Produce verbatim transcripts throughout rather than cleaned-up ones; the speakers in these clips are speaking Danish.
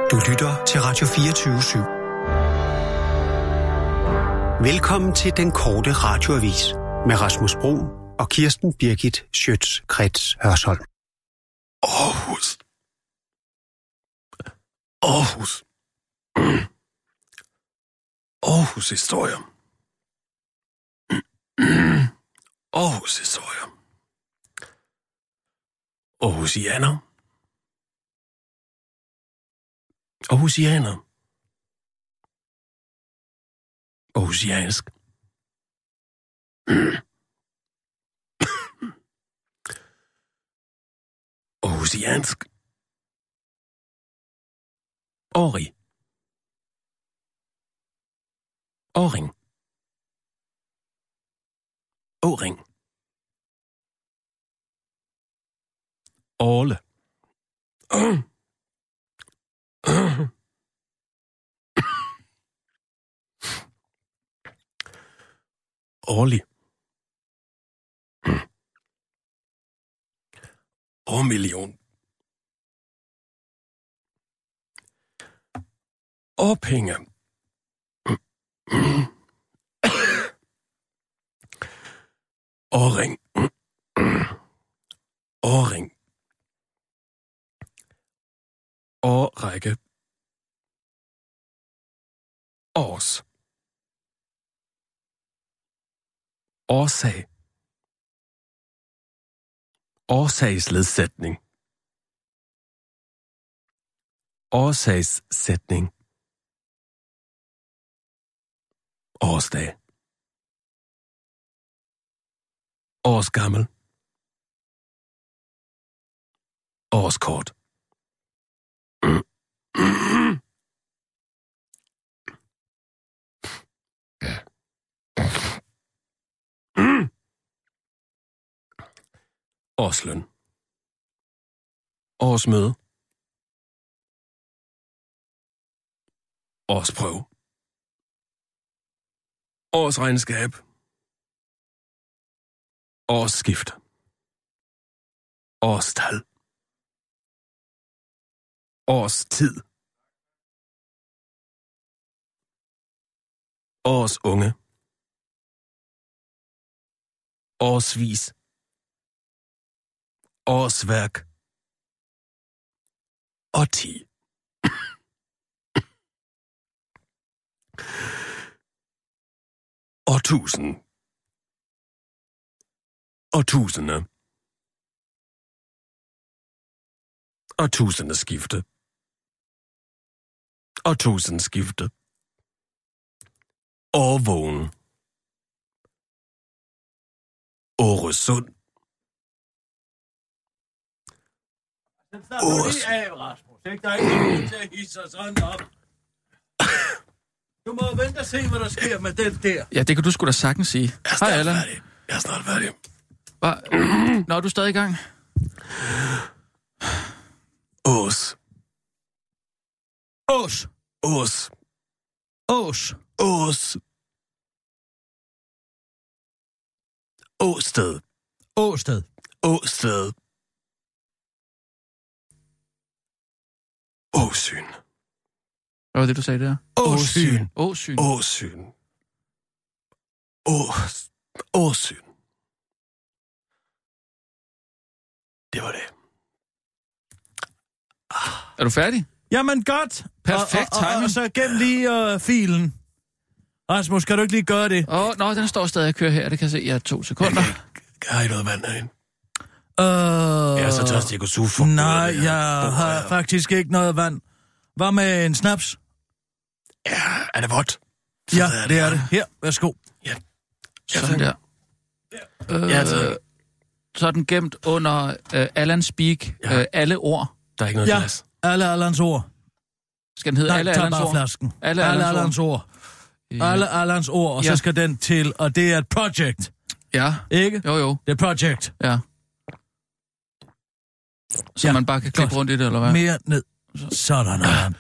Du lytter til Radio fireogtyve syv. Velkommen til den korte radioavis med Rasmus Bruun og Kirsten Birgit Schiøtz-Kretz Hørsholm. Aarhus. Aarhus. Aarhus historier. Aarhus historier. Aarhusianer. Aarhusianer. Aarhusiansk. Aarhusiansk. Årig. Åring. Åring. Årle. Årlig. Årmillion. Årpenge. Årring. Årring. Årrække. Års. Årsag. Årsagsledsætning. Årsagssætning. Årsdag. Årsgammel. Årskort. Årsløn. Årsmøde. Årsprøve. Årsregnskab. Årsskift. Årstal. Årstid. Års unge. Årsvis. Årsværk. Årti. Årtusind. Årtusinde. Årtusinde skifte. Årtusind skifte. Årvågen. Åresund. Den starter lige af, Rasmus. Ikke? Der er ikke nogen til at hisse sig sådan op. Du må vente og se, hvad der sker med den der. Ja, det kan du sgu da sagtens sige. Jeg er snart Hej, Allan. færdig. Jeg er snart færdig. Hva? Nå, er du stadig i gang? Ås. Ås. Ås. Ås. Ås. Åsted. Åsted. Åsted. Åsyn. Hvad var det, du sagde der? Åsyn. Åsyn. Åsyn. Ås. Åsyn. Det var det. Er du færdig? Jamen godt. Perfekt og, og, og, timing. og så gem lige uh, filen. Rasmus, kan du ikke lige gøre det? Åh, oh, nå, den står stadig og kører her. Det kan jeg se. Ja, to sekunder. Har I noget vand herinde? Uh, Jeg er så tørstig, jeg kunne suge for. Nej, jeg har her. faktisk ikke noget vand. Hvad med en snaps? Ja, er det vådt? Så ja, det er det. Her, værsgo. Ja. Sådan der. Øh, Ja, tak. så er den gemt under øh, Allan Speak. Ja. Øh, alle ord. Der er ikke noget Ja, glas. alle Allans ord. Skal den hedde Nej, alle tag Allans bare ord? flasken. Alle Alle Allans Allans ord. Ja. Alle Allans ord, og Ja. så skal den til, og det er et project. Ja, Ikke? jo jo. Det er project. Ja. Så Ja, man bare kan klikke godt. rundt i det, eller hvad? Mere ned. Sådan, Allan.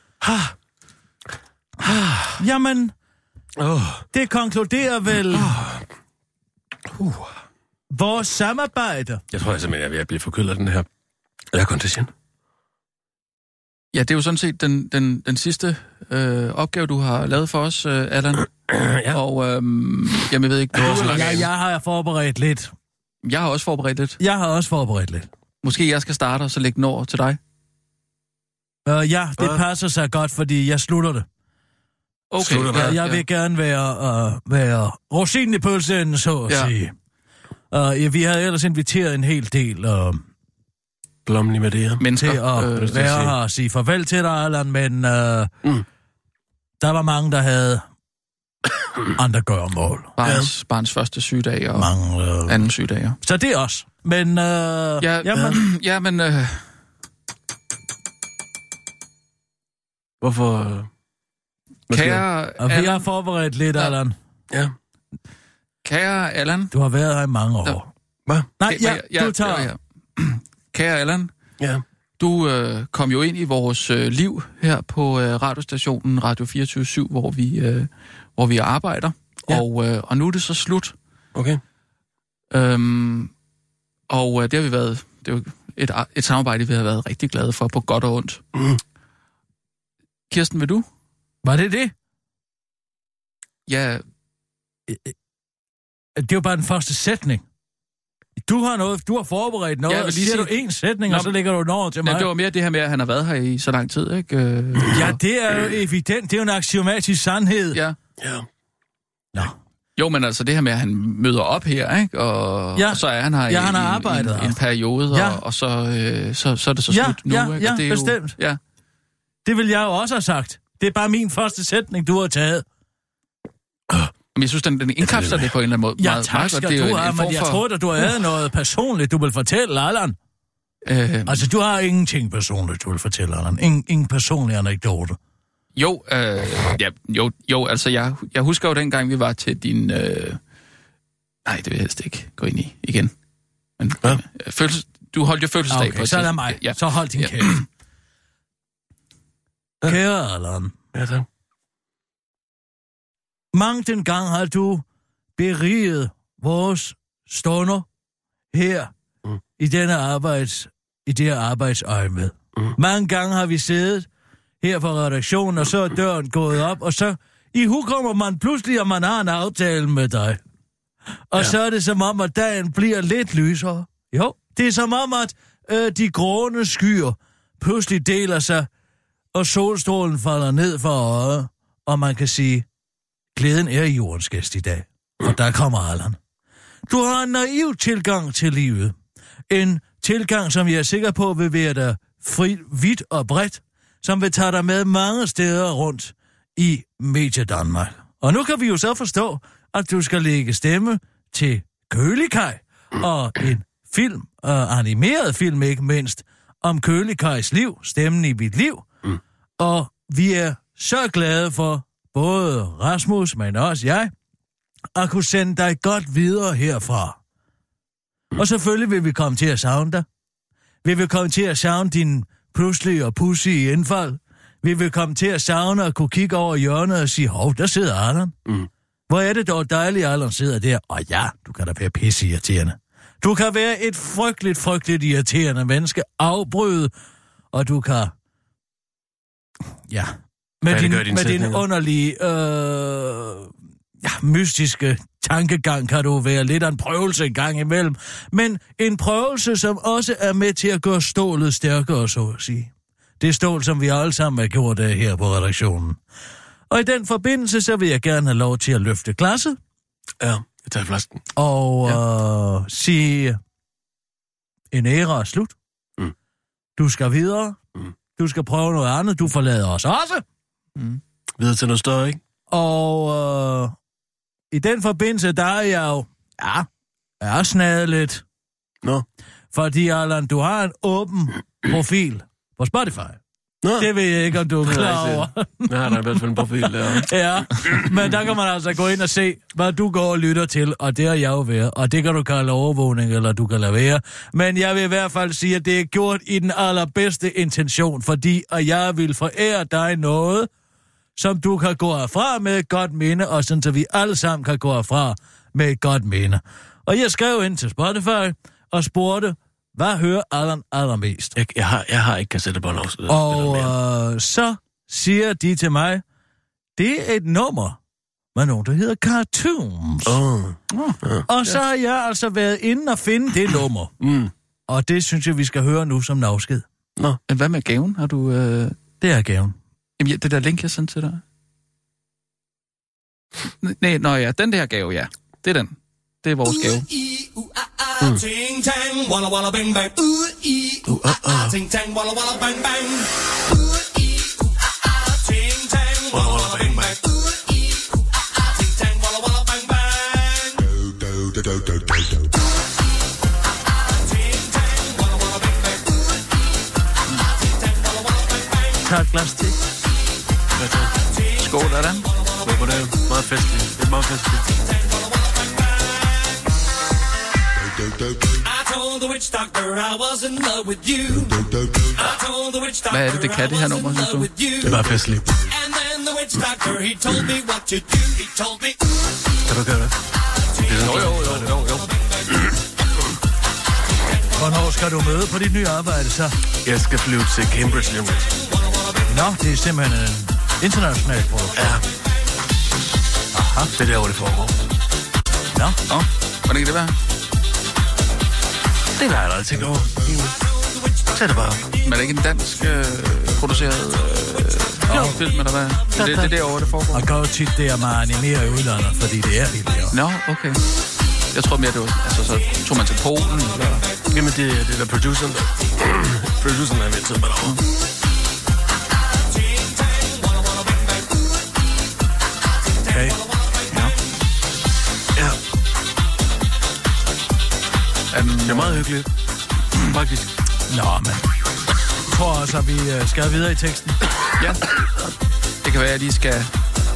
Jamen, Åh. det konkluderer vel Uh. vores samarbejde. Jeg tror jeg simpelthen, jeg er ved at blive forkølet af den her. Er der contagion? Ja, det er jo sådan set den, den, den sidste øh, opgave, du har lavet for os, øh, Allan. Ja. Og øh, jamen, jeg ved ikke... Du, Jeg, jeg har forberedt lidt. Jeg har også forberedt lidt. Jeg har også forberedt lidt. Måske jeg skal starte og så lægge den over til dig. Uh, ja, det Hvad? passer sig godt, fordi jeg slutter det. Okay. Slutter hvad? Jeg, jeg vil gerne være, uh, være rosinen i pølseenden, så at Ja. sige. Uh, ja, vi havde ellers inviteret en hel del uh, Blommen med det her. Mennesker. til at øh, det være sige. her og sige farvel til dig, Allan, men uh, Mm. der var mange, der havde andre gøremål. barns, barns første sygedag og Mange, uh, anden sygedag. Ja, så det er også. Men, uh, ja, jamen, ja men... Øh, Hvorfor? øh, hvad sker der? kære, og vi har Allan, forberedt lidt, Ja. Allan. Ja. kære Allan... Du har været her i mange år. Ja. Hvad? Nej, ja, ja, du tager... ja, ja. Kære Allan, Ja. du øh, kom jo ind i vores øh, liv her på øh, radiostationen Radio fireogtyve syv, hvor vi, øh, hvor vi arbejder. Ja. Og, øh, og nu er det så slut. Okay. Øhm, og øh, det har vi været... Det er jo et, et samarbejde, vi har været rigtig glade for, på godt og ondt. Mm. Kirsten, vil du? Var det det? Ja, Det er jo bare den første sætning. Du har noget, du har forberedt noget, Ja, jeg og vil så lige siger sige- du én sætning, Nå, og så lægger du den over til mig. men det var mere det her med, at han har været her i så lang tid, ikke? Øh, Ja, det er jo evident. Det er jo en aksiomatisk sandhed. ja. Ja. Nå. Jo, men altså det her med, at han møder op her, ikke? Og, Ja. og så er han her Ja, i han har en, arbejdet en, her. en periode, Ja. og, og så, øh, så, så er det så Ja, slut nu, ja, ikke? ja, Og det er bestemt. Jo, ja. Det vil jeg jo også have sagt. Det er bare min første sætning, du har taget. Men jeg synes, den, den indkapsler det på en eller anden måde. Ja, meget, tak meget godt. skal Det er jo du en- have, en men form jeg for- troede, at du havde noget personligt, du vil fortælle, Allan. Øh, Altså, du har ingenting personligt, du vil fortælle, Allan. Ingen, ingen personlig anekdote. Jo, øh, ja, jo, jo, altså jeg, jeg husker jo dengang, vi var til din... Øh... Nej, det vil jeg helst ikke gå ind i igen. Men Ja. øh, følelse... du holdt jo fødselsdag på Okay, et så lad tidspunkt. mig. Ja. Så hold din Ja. kæft. Kære Allan, Ja, tak. mange den gang har du beriget vores stunder her Mm. i denne arbejds, i det her arbejdsøje med. Mm. Mange gange har vi siddet her på redaktionen, og så er døren gået op, og så i hu kommer man pludselig, og man har en aftale med dig. Og Ja. så er det som om, at dagen bliver lidt lysere. Jo, det er som om, at øh, de gråne skyer pludselig deler sig, og solstrålen falder ned for øjet, og man kan sige, glæden er jordens gæst i dag, og der kommer Allan. Du har en naiv tilgang til livet. En tilgang, som jeg er sikker på vil være dig fri, vidt og bredt, som vil tage dig med mange steder rundt i Medie Danmark. Og nu kan vi jo så forstå, at du skal lægge stemme til Kølikaj og en film, uh, animeret film ikke mindst, om Kølikajs liv, stemmen i mit liv. Mm. Og vi er så glade for, både Rasmus, men også jeg, at kunne sende dig godt videre herfra. Og selvfølgelig vil vi komme til at savne dig. Vi vil komme til at savne din pludselige og pudsige indfald. Vi vil komme til at savne at kunne kigge over hjørnet og sige, hov, der sidder Allan. Mm. Hvor er det dog dejligt, at Allan sidder der. Og ja, du kan da være pisse irriterende. Du kan være et frygteligt, frygteligt irriterende menneske, afbryde, og du kan... Ja, med din, Færdiggør dine med din sætninger. underlige, øh, ja, mystiske tankegang kan du være lidt af en prøvelse en gang imellem. Men en prøvelse, som også er med til at gøre stålet stærkere, så at sige. Det stål, som vi alle sammen har gjort af her på redaktionen. Og i den forbindelse, så vil jeg gerne have lov til at løfte glasset Ja, jeg tager flasken. og ja. øh, sige, en æra er slut. Mm. Du skal videre. Mm. Du skal prøve noget andet. Du forlader os også. Mm. Videre til noget større, ikke? Og øh, i den forbindelse, der er jeg jo, ja, jeg er snadet lidt. Nå. Fordi, Allan, du har en åben profil på Spotify. Nå. Det ved jeg ikke, om du er klar over. Jeg har da i hvert fald en profil der. Ja, men der kan man altså gå ind og se, hvad du går og lytter til, og det har jeg jo været. Og det kan du kalde overvågning, eller du kan lade være. Men jeg vil i hvert fald sige, at det er gjort i den allerbedste intention, fordi at jeg vil forære dig noget, som du kan gå herfra med et godt minde, og sådan så vi alle sammen kan gå herfra med et godt minde. Og jeg skrev ind til Spotify og spurgte, Hvad hører Allan allermest? Jeg, jeg, har, jeg har ikke kassettebånd også. Og øh, så siger de til mig, det er et nummer med nogen, der hedder Cartoons. Oh. Oh. Og så har jeg altså været inde og finde det nummer. Mm. Og det synes jeg, vi skal høre nu som en afsked. Nå. Men hvad med gaven? Har du... Øh... Det er gaven. Jamen, ja, det der link, jeg sendte til dig. Nej, nå ja, den der gave, ja. Det er den. Det er vores gave. Mm. Ting tang, walla walla bang bang. Ooh ee ooh ah ah. Ting tang, walla walla bang bang. Ooh ee ooh ah ah. Ting tang, walla walla bang bang. Ooh ee ooh ah ah. Ting tang, walla walla bang bang. Do do do do do do. Ting tang, walla walla bang bang. Ooh ee ooh ah ah. Ting tang, walla walla bang bang. Tag et glas til. Skål, er den? Skål på det. Meget festligt. Det er meget festligt. Hvad er det, det kan, det her nummer, synes du? Det er bare festligt. Kan du gøre det? Jo, jo, jo, jo, jo. Hvornår skal du møde på dit nye arbejde, så? Jeg skal flyve til Cambridge lige om lidt. Nå, det er simpelthen en international produktion. Ja. Aha. Det er der, hvor det foregår. Nå. Nå, hvordan kan det være? Det har jeg aldrig tænkt over. Tag det bare. Men er det ikke en dansk øh, produceret øh, Jo. film, eller hvad? Det, det er derovre, det foregår. Og går tit det er meget animeret i udlandet, fordi det er billigere. Nå, okay. Jeg tror mere, det var... Altså, så tog man til Polen, eller... Jamen, det, det er der produceren, der... produceren er med til mig derovre. Okay. Ja. Ja. Er den, Det er meget hyggeligt. Faktisk. Nå, men... Jeg tror også, at vi øh, skal videre i teksten. Ja. Det kan være, at de skal...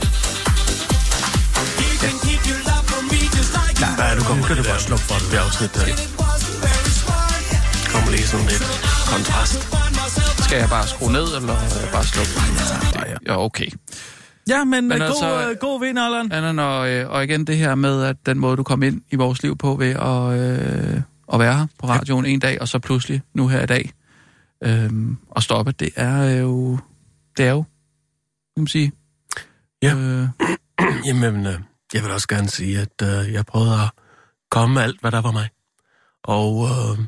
Ja, du kommer Nu kan det du der. bare slukke for det. Det afsnit der. Kommer lige sådan lidt kontrast. Skal jeg bare skrue ned, eller bare slukke? Ja, ja, okay. Ja, men, Men men god, altså- altså, god vind, Allan. Anna, og, øh, og igen det her med, at den måde, du kom ind i vores liv på ved at, øh, at være her på radioen en dag, og så pludselig nu her i dag, øh, og stoppe, det er jo, det er jo, kan man sige. Ja. Øh, Jamen, øh, jeg vil også gerne sige, at øh, jeg prøvede at komme med alt, hvad der var mig. Og øh,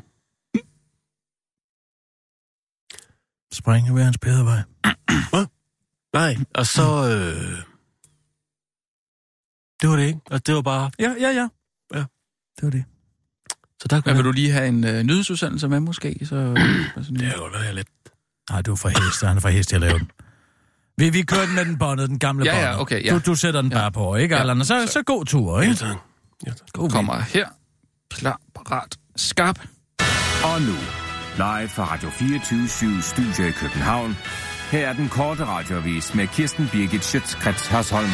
Springe ved hans bedrevej. nej, og så... Øh, det var det, ikke? Og det var bare... Ja, ja, ja. Ja. Det var det. Så der hvad kunne vil du lige have en øh, nyhedsudsendelse med, måske? Så, altså, Det er godt være lidt... Nej, du er for hest. Han er for hest til at lave den. Vi, vi kører den med den båndet, den gamle Ja, ja, båndet. okay, ja. Du, du sætter den Ja. bare på, ikke, Ja. Allan? Og så, så god tur, Ja, ikke? tak. Ja, tak. God vind. kommer her, klar, parat, skarp. Og nu, live fra Radio fireogtyve syv Studio i København. Her er den korte radioavis med Kirsten Birgit Schøtzgrads Hørsholm.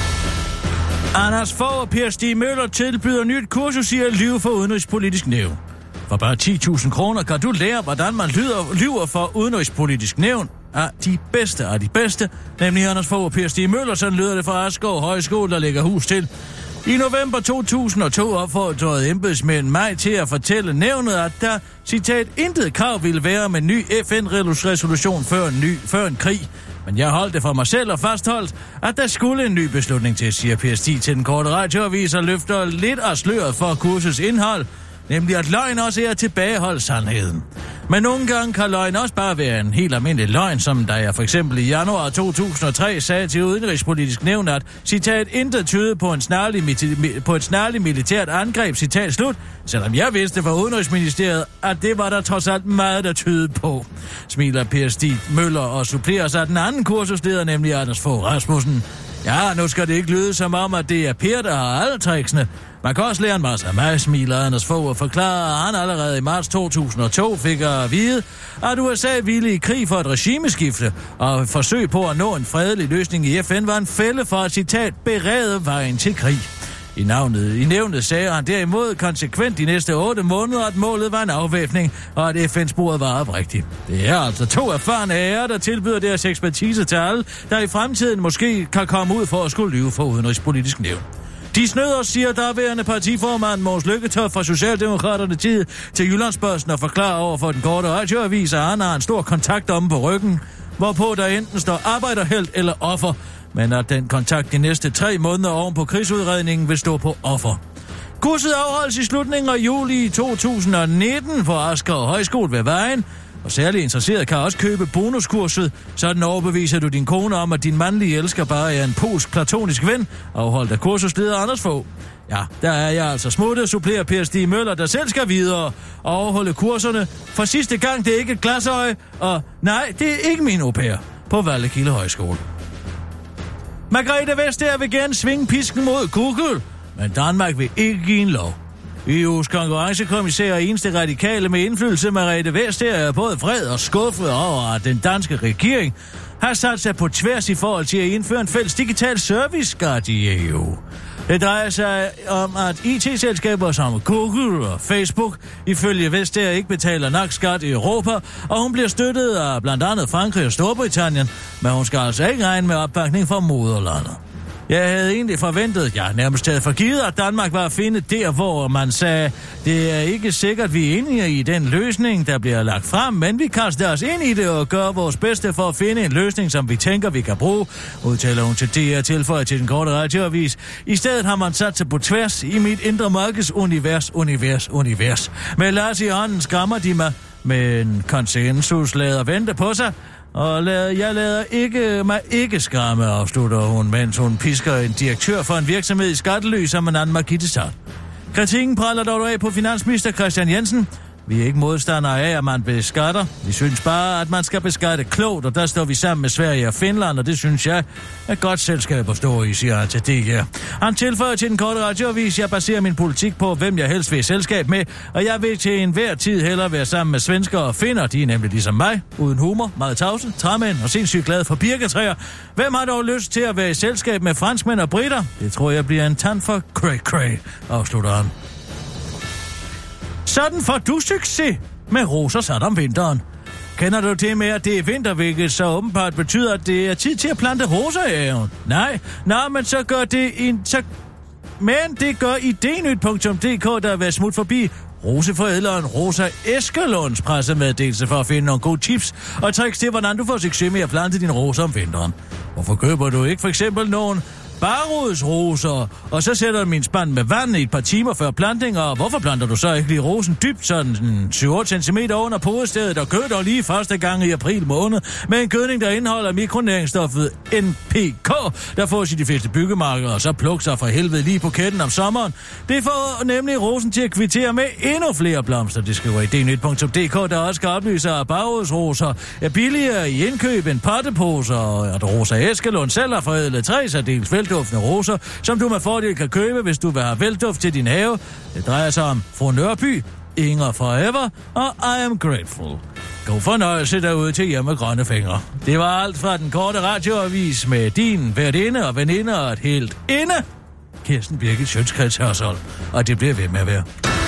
Anders Fogh og Per Stig Møller tilbyder nyt kursus i at lyve for udenrigspolitisk nævn. For bare ti tusind kroner kan du lære, hvordan man lyder, lyver for udenrigspolitisk nævn af de bedste af de bedste, nemlig Anders Fogh og Per Stig Møller, sådan lyder det fra Askov Højskole, der lægger hus til. I november to tusind og to opfordrede embedsmænd mig til at fortælle nævnet, at der, citat, intet krav ville være med ny F N-resolution før en, ny, før en krig. Men jeg holdt det for mig selv og fastholdt, at der skulle en ny beslutning til, siger Per Stig til den korte radioavis og løfter lidt af sløret for kursets indhold, nemlig at løgn også er at tilbageholde sandheden. Men nogle gange kan løgn også bare være en helt almindelig løgn, som da jeg for eksempel i januar to tusind og tre sagde til Udenrigspolitisk Nævn, at, citat, intet tyder på, en snarlig, på et snarligt militært angreb, citat slut, selvom jeg vidste fra Udenrigsministeriet, at det var der trods alt meget, der tydede på. Smiler Per Stig Møller og supplerer sig den anden kursusleder, nemlig Anders Fogh Rasmussen. Ja, nu skal det ikke lyde som om, at det er Per, der har alle tricksene. Man kan også lære en masse af mig, smiler Anders Fogh og forklarer, at han allerede i marts to tusind og to fik at vide, at U S A ville i krig for et regimeskifte, og forsøg på at nå en fredelig løsning i F N var en fælde for at, citat, berede vejen til krig. I, navnet, I nævnet sagde han derimod konsekvent de næste otte måneder, at målet var en afvæbning, og at F N-sporet var oprigtigt. Det er altså to erfarne ærer, der tilbyder deres ekspertise til alle, der i fremtiden måske kan komme ud for at skulle lyve for udenrigspolitisk nævn. De snød os, siger derværende partiformand Mogens Lykketoft fra Socialdemokraterne tid til Jyllandsposten og forklarer over for den korte radioavis, at han har en stor kontakt om på ryggen, hvorpå der enten står arbejderhelt eller offer, men at den kontakt de næste tre måneder oven på krigsudredningen vil stå på offer. Kurset afholdes i slutningen af juli to tusind nitten på Asker Højskole ved Vejen, og særligt interesseret kan også købe bonuskurset. Sådan overbeviser du din kone om, at din mandlige elsker bare er en polsk platonisk ven, afholdt af kursusleder Anders Fogh. Ja, der er jeg altså smuttet, supplerer Per Stig Møller, der selv skal videre og overholde kurserne. For sidste gang, det er ikke et glasøje, og nej, det er ikke min au pair på Vallekilde Højskole. Margrethe Vestager vil gerne svinge pisken mod Google, men Danmark vil ikke give en lov. E U's konkurrencekommissær og eneste radikale med indflydelse, Margrethe Vestager, er både vred og skuffet over, at den danske regering har sat sig på tværs i forhold til at indføre en fælles digital service-skat i E U. Det drejer sig om, at I T-selskaber som Google og Facebook ifølge Vestager ikke betaler nok skat i Europa, og hun bliver støttet af blandt andet Frankrig og Storbritannien, men hun skal altså ikke regne med opbakning fra moderlandet. Jeg havde egentlig forventet, jeg nærmest havde forgivet, at Danmark var at finde der, hvor man sagde, det er ikke sikkert, vi er enige i den løsning, der bliver lagt frem, men vi kaster os ind i det og gør vores bedste for at finde en løsning, som vi tænker, vi kan bruge, udtaler hun til D R tilføjet til den korte radioavis. I stedet har man sat sig på tværs i mit indre markeds univers, univers, univers. Med Lars i hånden skræmmer de mig, men konsensus lader vente på sig, og lad, jeg lader ikke, mig ikke skræmme, afslutter hun, mens hun pisker en direktør for en virksomhed i skattely som en anden Margitte Sart. Kritikken praller dog af på finansminister Christian Jensen. Vi er ikke modstandere af, at man beskatter. Vi synes bare, at man skal beskatte klogt, og der står vi sammen med Sverige og Finland, og det synes jeg er godt selskab at stå i, siger han til D R. Han tilføjer til den korte radioavis, jeg baserer min politik på, hvem jeg helst vil i selskab med, og jeg vil til enhver tid hellere være sammen med svensker og finner, de er nemlig ligesom mig, uden humor, meget tavse, træmænd og sindssygt glade for birketræer. Hvem har dog lyst til at være i selskab med franskmænd og britter? Det tror jeg bliver en tand for cray-cray, afslutter han. Sådan får du succes med roser sat om vinteren. Kender du det med, at det er vinter, hvilket så åbenbart betyder, at det er tid til at plante roser i haven? Nej, nej, men så gør det en... Så... Men det gør idnyt punktum d k, der vil smut forbi roseforædleren Rosa Eskelunds pressemeddelelse for at finde nogle gode tips og tricks til, hvordan du får succes med at plante dine roser om vinteren. Hvorfor køber du ikke for eksempel nogen barodsroser, og så sætter du min spand med vand i et par timer før planting, og hvorfor planter du så ikke lige rosen dybt, sådan syv otte centimeter under podestedet, og gøder lige første gang i april måned, med en gødning, der indeholder mikronæringsstoffet N P K, der fås i de fleste byggemarkeder, og så pluk sig for helvede lige på kætten om sommeren. Det får nemlig rosen til at kvittere med endnu flere blomster, det skriver i idnyt punktum d k, der også skal oplyse, at barodsroser er billigere i indkøb end potteposer, og at Rosa Eskelund selv har forædlet tre særdeles velduftende roser, som du med fordel kan købe, hvis du vil have velduft til din have. Det drejer sig om Fru Nørby, Inger Forever og I Am Grateful. God fornøjelse derude til hjemme grønne fingre. Det var alt fra den korte radioavis med din værtinde og veninde og et helt inde. Kirsten Birgit Schøtzgrads Hørsholm. Og det bliver ved med at være.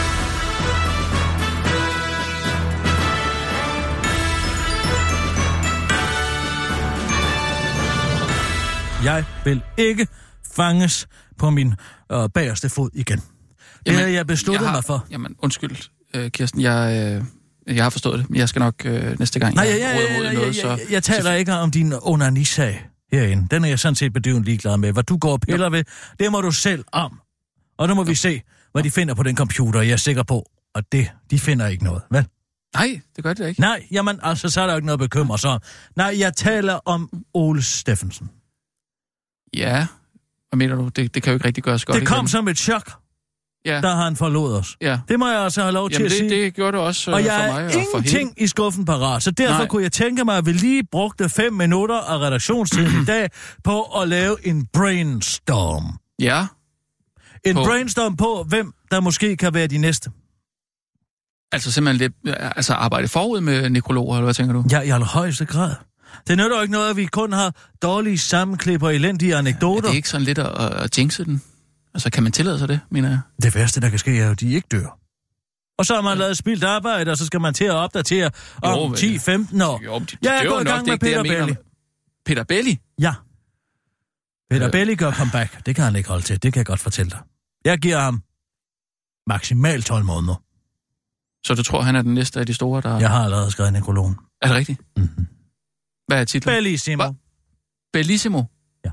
Jeg vil ikke fanges på min øh, bagerste fod igen. Det har jeg besluttet jeg har, mig for. Jamen, undskyld, øh, Kirsten, jeg, øh, jeg har forstået det, men jeg skal nok øh, næste gang... Nej, jeg, jeg, jeg, jeg, noget, jeg, jeg, jeg taler ikke om din onanisag herinde. Den er jeg sådan set bedøvende ligeglad med. Hvad du går og piller ja. ved, det må du selv om. Og nu må ja. vi se, hvad de finder på den computer, jeg er sikker på. Og det, de finder ikke noget, vel? Nej, det gør det ikke. Nej, jamen, altså, så er der jo ikke noget bekymre så. Nej, jeg taler om Ole Steffensen. Ja, hvad mener du? Det, det kan jo ikke rigtig gøres godt. Det kom igen. som et chok, ja. da han forlod os. Ja. Det må jeg altså have lov Jamen til at det, sige. det gjorde du også og øh, jeg for mig. Og er ingenting i skuffen parat, så derfor Nej. kunne jeg tænke mig, at vi lige brugte fem minutter af redaktionstiden i dag på at lave en brainstorm. Ja. En på... brainstorm på, hvem der måske kan være de næste. Altså simpelthen lidt, altså arbejde forud med nekrologer, eller hvad tænker du? Ja, i allerhøjeste grad. Det nytter jo ikke noget, at vi kun har dårlige sammenklip og elendige anekdoter. Er det ikke sådan lidt at, at jinxe den? Altså, kan man tillade sig det, mener jeg? Det værste, der kan ske, er jo, at de ikke dør. Og så har man ja. lavet spildt arbejde, og så skal man til at opdatere om ti femten år. Jo, de, de jeg er gået i gang med Peter Belli. Peter Belli? Ja. Peter Øh. Belli gør comeback. Det kan han ikke holde til. Det kan jeg godt fortælle dig. Jeg giver ham maksimalt tolv måneder. Så du tror, han er den næste af de store, der... Jeg har allerede skrevet nekrologen. Er det rigtigt? Mm-hmm. Hvad er titlen? Bellissimo. Hva? Bellissimo? Ja.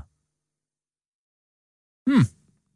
Hmm.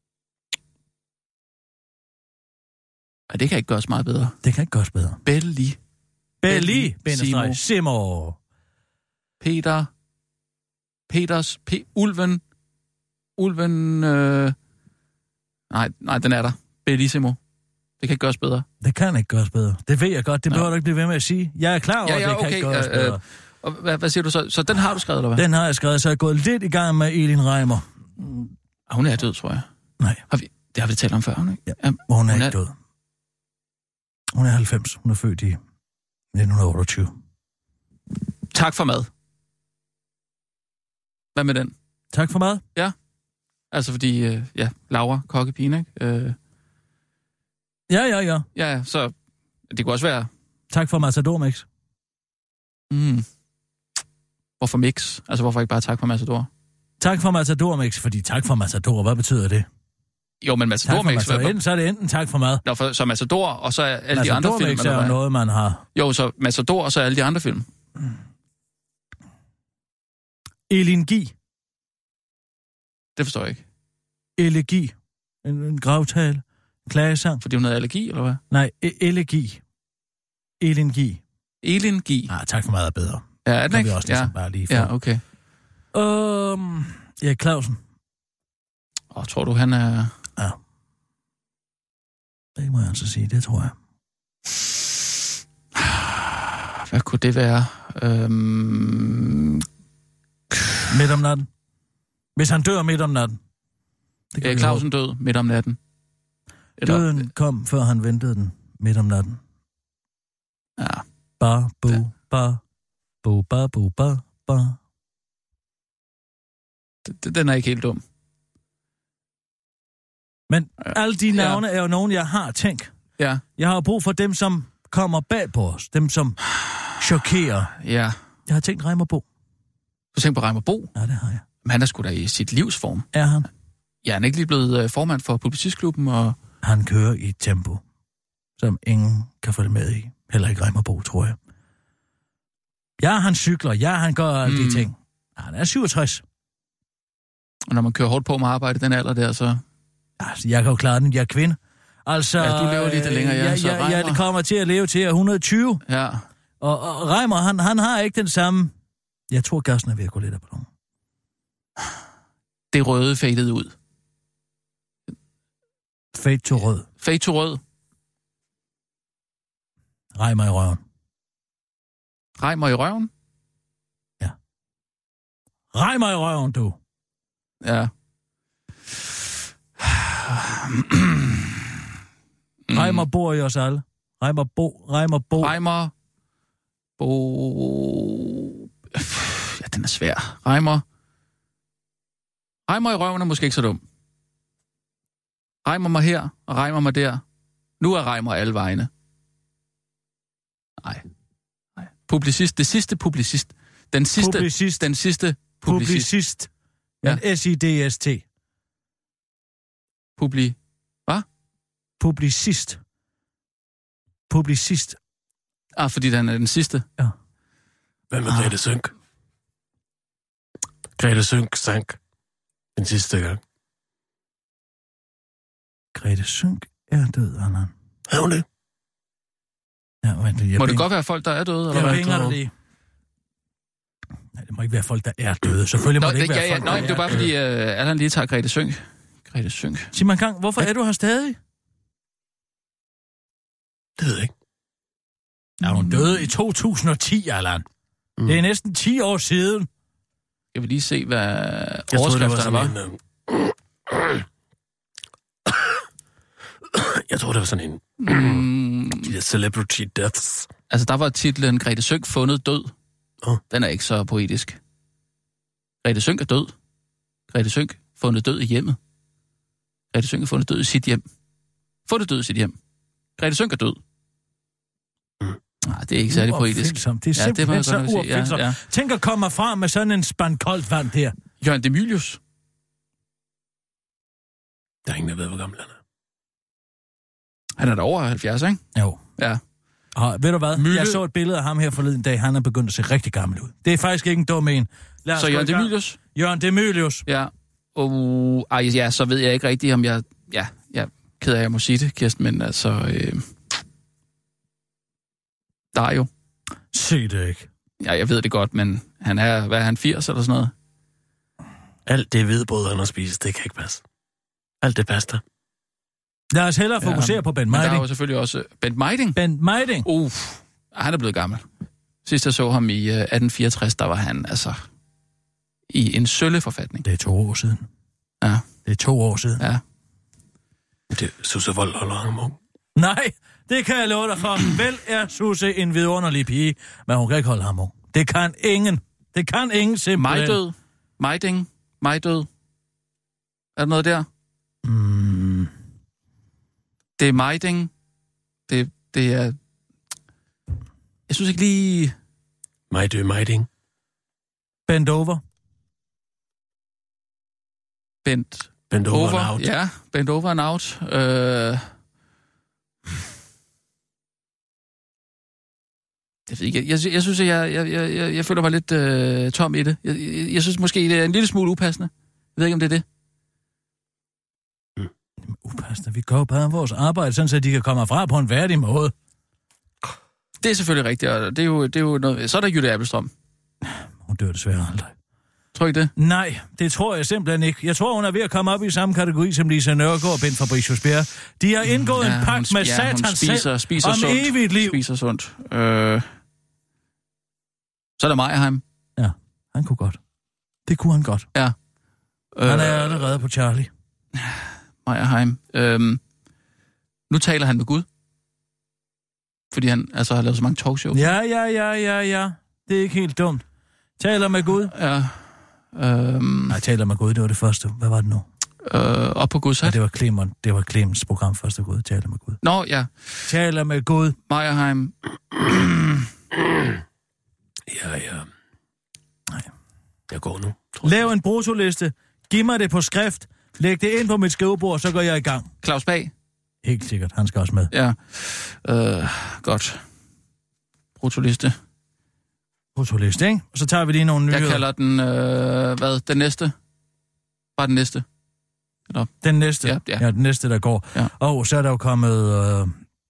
Ja, det kan ikke gøres meget bedre. Det kan ikke gøres bedre. Belli. Belli, Bellissimo. bindestreg, Simo. Peter... Peters... P... Ulven... Ulven... Øh... Nej, nej, den er der. Bellissimo. Det kan ikke gøres bedre. Det kan ikke gøres bedre. Det ved jeg godt. Det Nå. behøver du ikke blive ved med at sige. Jeg er klar over, Ja, ja, at det kan okay, ikke gøres øh, bedre. øh, Og hvad, hvad siger du så? Så den har du skrevet, eller hvad? Den har jeg skrevet, så jeg er gået lidt i gang med Elin Reimer. Ah, hun er død, tror jeg. Nej. Har vi, det har vi talt om før, hun, ikke? Ja, Ja, hun er hun ikke er- død. Hun er halvfems. Hun er født i nitten otteogtyve. Tak for mad. Hvad med den? Tak for mad. Altså fordi, øh, ja, Laura, kokkepine, ikke? Øh, Ja, ja, ja. ja, så det kunne også være... Tak for Matador Mix. Mm, hvorfor mix? Altså hvorfor ikke bare tak for Matador? Tak for Matador Mix, fordi tak for Matador, hvad betyder det? Jo, men Tak Matador for mix... Matador. Hvad, Enten, så er det enten tak for mad. Nå, for, så Matador, og så er alle de andre Matador film... Mix eller er jo hvad? noget, man har... Jo, så Matador, og så alle de andre film. Elin Gi. Det forstår jeg ikke. Elegi. En, en gravtale. Klagesang. Fordi hun havde allergi, eller hvad? Nej, e- elegi. Elin Gi. Elin Gi. Ah, tak for mad er bedre. Ja, er den Kan ikke? vi også ligesom Ja. bare lige få. Ja, okay. Øhm, Erik Clausen. Og tror du, han er... Ja. Det må jeg altså sige, det tror jeg. Hvad kunne det være? Øhm... Midt om natten. Hvis han dør midt om natten. Det Erik vi Clausen død midt om natten. håbe. Døden kom, før han ventede den midt om natten. Ja. Bar, bu, Ja. bar. Bu, bar, bu, bar, bar. d- d- Den er ikke helt dum. Men alle de Ja. navne er jo nogen, jeg har tænkt. Ja. Jeg har jo brug for dem, som kommer bag på os. Dem, som chokerer. Ja. Jeg har tænkt Reimer Bo. Du tænker på Reimer Bo? Ja, det har jeg. Men han er sgu da i sit livsform. Er han? Ja, han er ikke lige blevet øh, formand for Publicistklubben, og... Han kører i et tempo, som ingen kan følge med i. Heller ikke Reimer Bo, tror jeg. Ja, han cykler. Ja, han gør alle mm. Mm. de ting. Han er syvogtres. Og når man kører hårdt på med arbejde i den alder der, så... Altså, jeg kan jo klare den. Jeg er kvinde. Altså, Ja, du lever lidt længere, ja, jeg, så jeg, jeg Reimer- kommer til at leve til et hundrede og tyve. Ja. Og, og Reimer, han, han har ikke den samme... Jeg tror, gassen er ved at gå lidt af ballonen. Det røde faded ud. Fade to rød. Fade to rød. Reimer i røven. Reimer i røven. Reimer i røven, du. Ja. Reimer bor i os alle. Reimer bo. Reimer bo. Reimer. Bo... Ja, den er svær. Reimer. Reimer i røven er måske ikke så dum. Reimer mig her, og reimer mig der. Nu er Reimer alle vegne. Nej. Nej. Publicist. Det sidste publicist. Den sidste. Publicist. Den sidste publicist. Publicist. Men Ja. S I D S T. Publi... Publicist. Publicist. Ah, fordi den er den sidste. Hvad med Grete Sønk? Grete Sønk sank den sidste gang. Grete Sønk er død, Allan. Er hun det? Ja, vent lige. Jeg Må det ping- godt være folk, der er døde, eller Jeg hvad? ringer dig lige. Nej, det må ikke være folk, der er døde. Selvfølgelig må Nå, det ikke ja, være ja, folk, nej, der det er bare døde. fordi, uh, Allan lige tager Grete Sønk. Grete Sønk. Sig mig en gang, hvorfor er du her stadig? Det ved jeg ikke. Er hun døde i to tusind og ti, Allan? Mm. Det er næsten ti år siden. Skal vi lige se, hvad Jeg troede, det var overskrifterne var? sådan en... Øh... Jeg tror det var sådan en... Mm, De der celebrity deaths. altså, der var titlen Grete Sønk fundet død. Åh. Den er ikke så poetisk. Grete Sønk er død. Grete Sønk fundet død i hjemmet. Grete Sønk er fundet død i sit hjem. Fundet død i sit hjem. Grete Sønk er død. Mm. Nej, det er ikke særlig poetisk. Uopfindsomt. Det er Ja, det må simpelthen jeg så godt nok sige. Ja, uopfindsomt. ja. Tænk at komme frem med sådan en spand koldt vand der. Jørgen Demilius. Der er ingen, der ved, hvor gammel han er. Han er da over halvfjerds, ikke? Jo. Ja. Og ved du hvad? Mølle. Jeg så et billede af ham her forleden dag. Han er begyndt at se rigtig gammel ud. Det er faktisk ikke en dum en. Lad os Så gå Jørgen i gang. Demilius? Jørgen Demilius. Ja. Og ej, ja, så ved jeg ikke rigtigt, om jeg... Ja, jeg er ked af, at jeg må sige det, Kirsten, men altså... Øh, der er jo... Se det ikke. Ja, jeg ved det godt, men han er... Hvad er han, firs eller sådan noget? Alt det hvidbrød, han har spist, det kan ikke passe. Alt det pasta. Lad os hellere fokusere Ja, på Ben Men der er Meiding. jo selvfølgelig også Bent Meiding. Ben Meiding. Uff, han er blevet gammel. Sidst jeg så ham i uh, atten fireogtres, der var han altså i en sølleforfatning. Det er to år siden. Ja, Det er to år siden. ja. Det Susse Vold holder ham ung. Nej, det kan jeg love dig for. Vel er Susse en vidunderlig pige, men hun kan ikke holde ham ung. Det kan ingen. Det kan ingen simpelthen. Mejdød. Meiding. Mejdød. Er der noget der? Mm. Det er Meiding. Det, det er... Jeg synes ikke lige... Mejdø Meiding. Bend over. Bent Bent over, over. and out. Ja, bent over and out. Øh... Jeg ved ikke, jeg, jeg, jeg synes, at jeg, jeg, jeg, jeg, jeg føler mig lidt øh, tom i det. Jeg, jeg, jeg synes måske, det er en lille smule upassende. Jeg ved ikke, om det er det. Upassende. Vi går bare vores arbejde, sådan så de kan komme fra på en værdig måde. Det er selvfølgelig rigtigt, og det er jo, det er jo noget... Så er der Jytte Appelstrøm. Hun dør desværre aldrig. Tror I ikke det? Nej, det tror jeg simpelthen ikke. Jeg tror, hun er ved at komme op i samme kategori som Lisa Nørgaard og Bent Fabricius Bjerre. De har indgået ja, en pagt med ja, satans spiser, selv spiser om sundt, evigt liv. Spiser sundt. Øh... Så er der Meyerheim. Ja, han kunne godt. Det kunne han godt. Ja. Øh... Han er Øh, allerede på Charlie. Meyerheim. Øhm, nu taler han med Gud. Fordi han altså har lavet så mange talkshows. Ja, ja, ja, ja, ja. Det er ikke helt dumt. Taler med Gud. Ja. Øhm, Nej, taler med Gud, det var det første. Hvad var det nu? øh, op på Guds Ja, hat. det var Clemens, det var Clemens program, første Gud. Taler med Gud. Nå, ja. Taler med Gud. Meyerheim. Ja, ja. Nej. Jeg går nu. Tror jeg. Lav en brutoliste. Giv mig det på skrift. Læg det ind på mit skrivebord, så går jeg i gang. Claus Bag. Helt sikkert, han skal også med. Ja. Øh, godt. Brutoliste. Brutoliste, ikke? Og så tager vi lige nogle nyheder. Jeg kalder den, øh, hvad, den næste? Bare den næste. Eller? Den næste. Ja, ja. ja, den næste, der går. Ja. Og så er der jo kommet... Øh...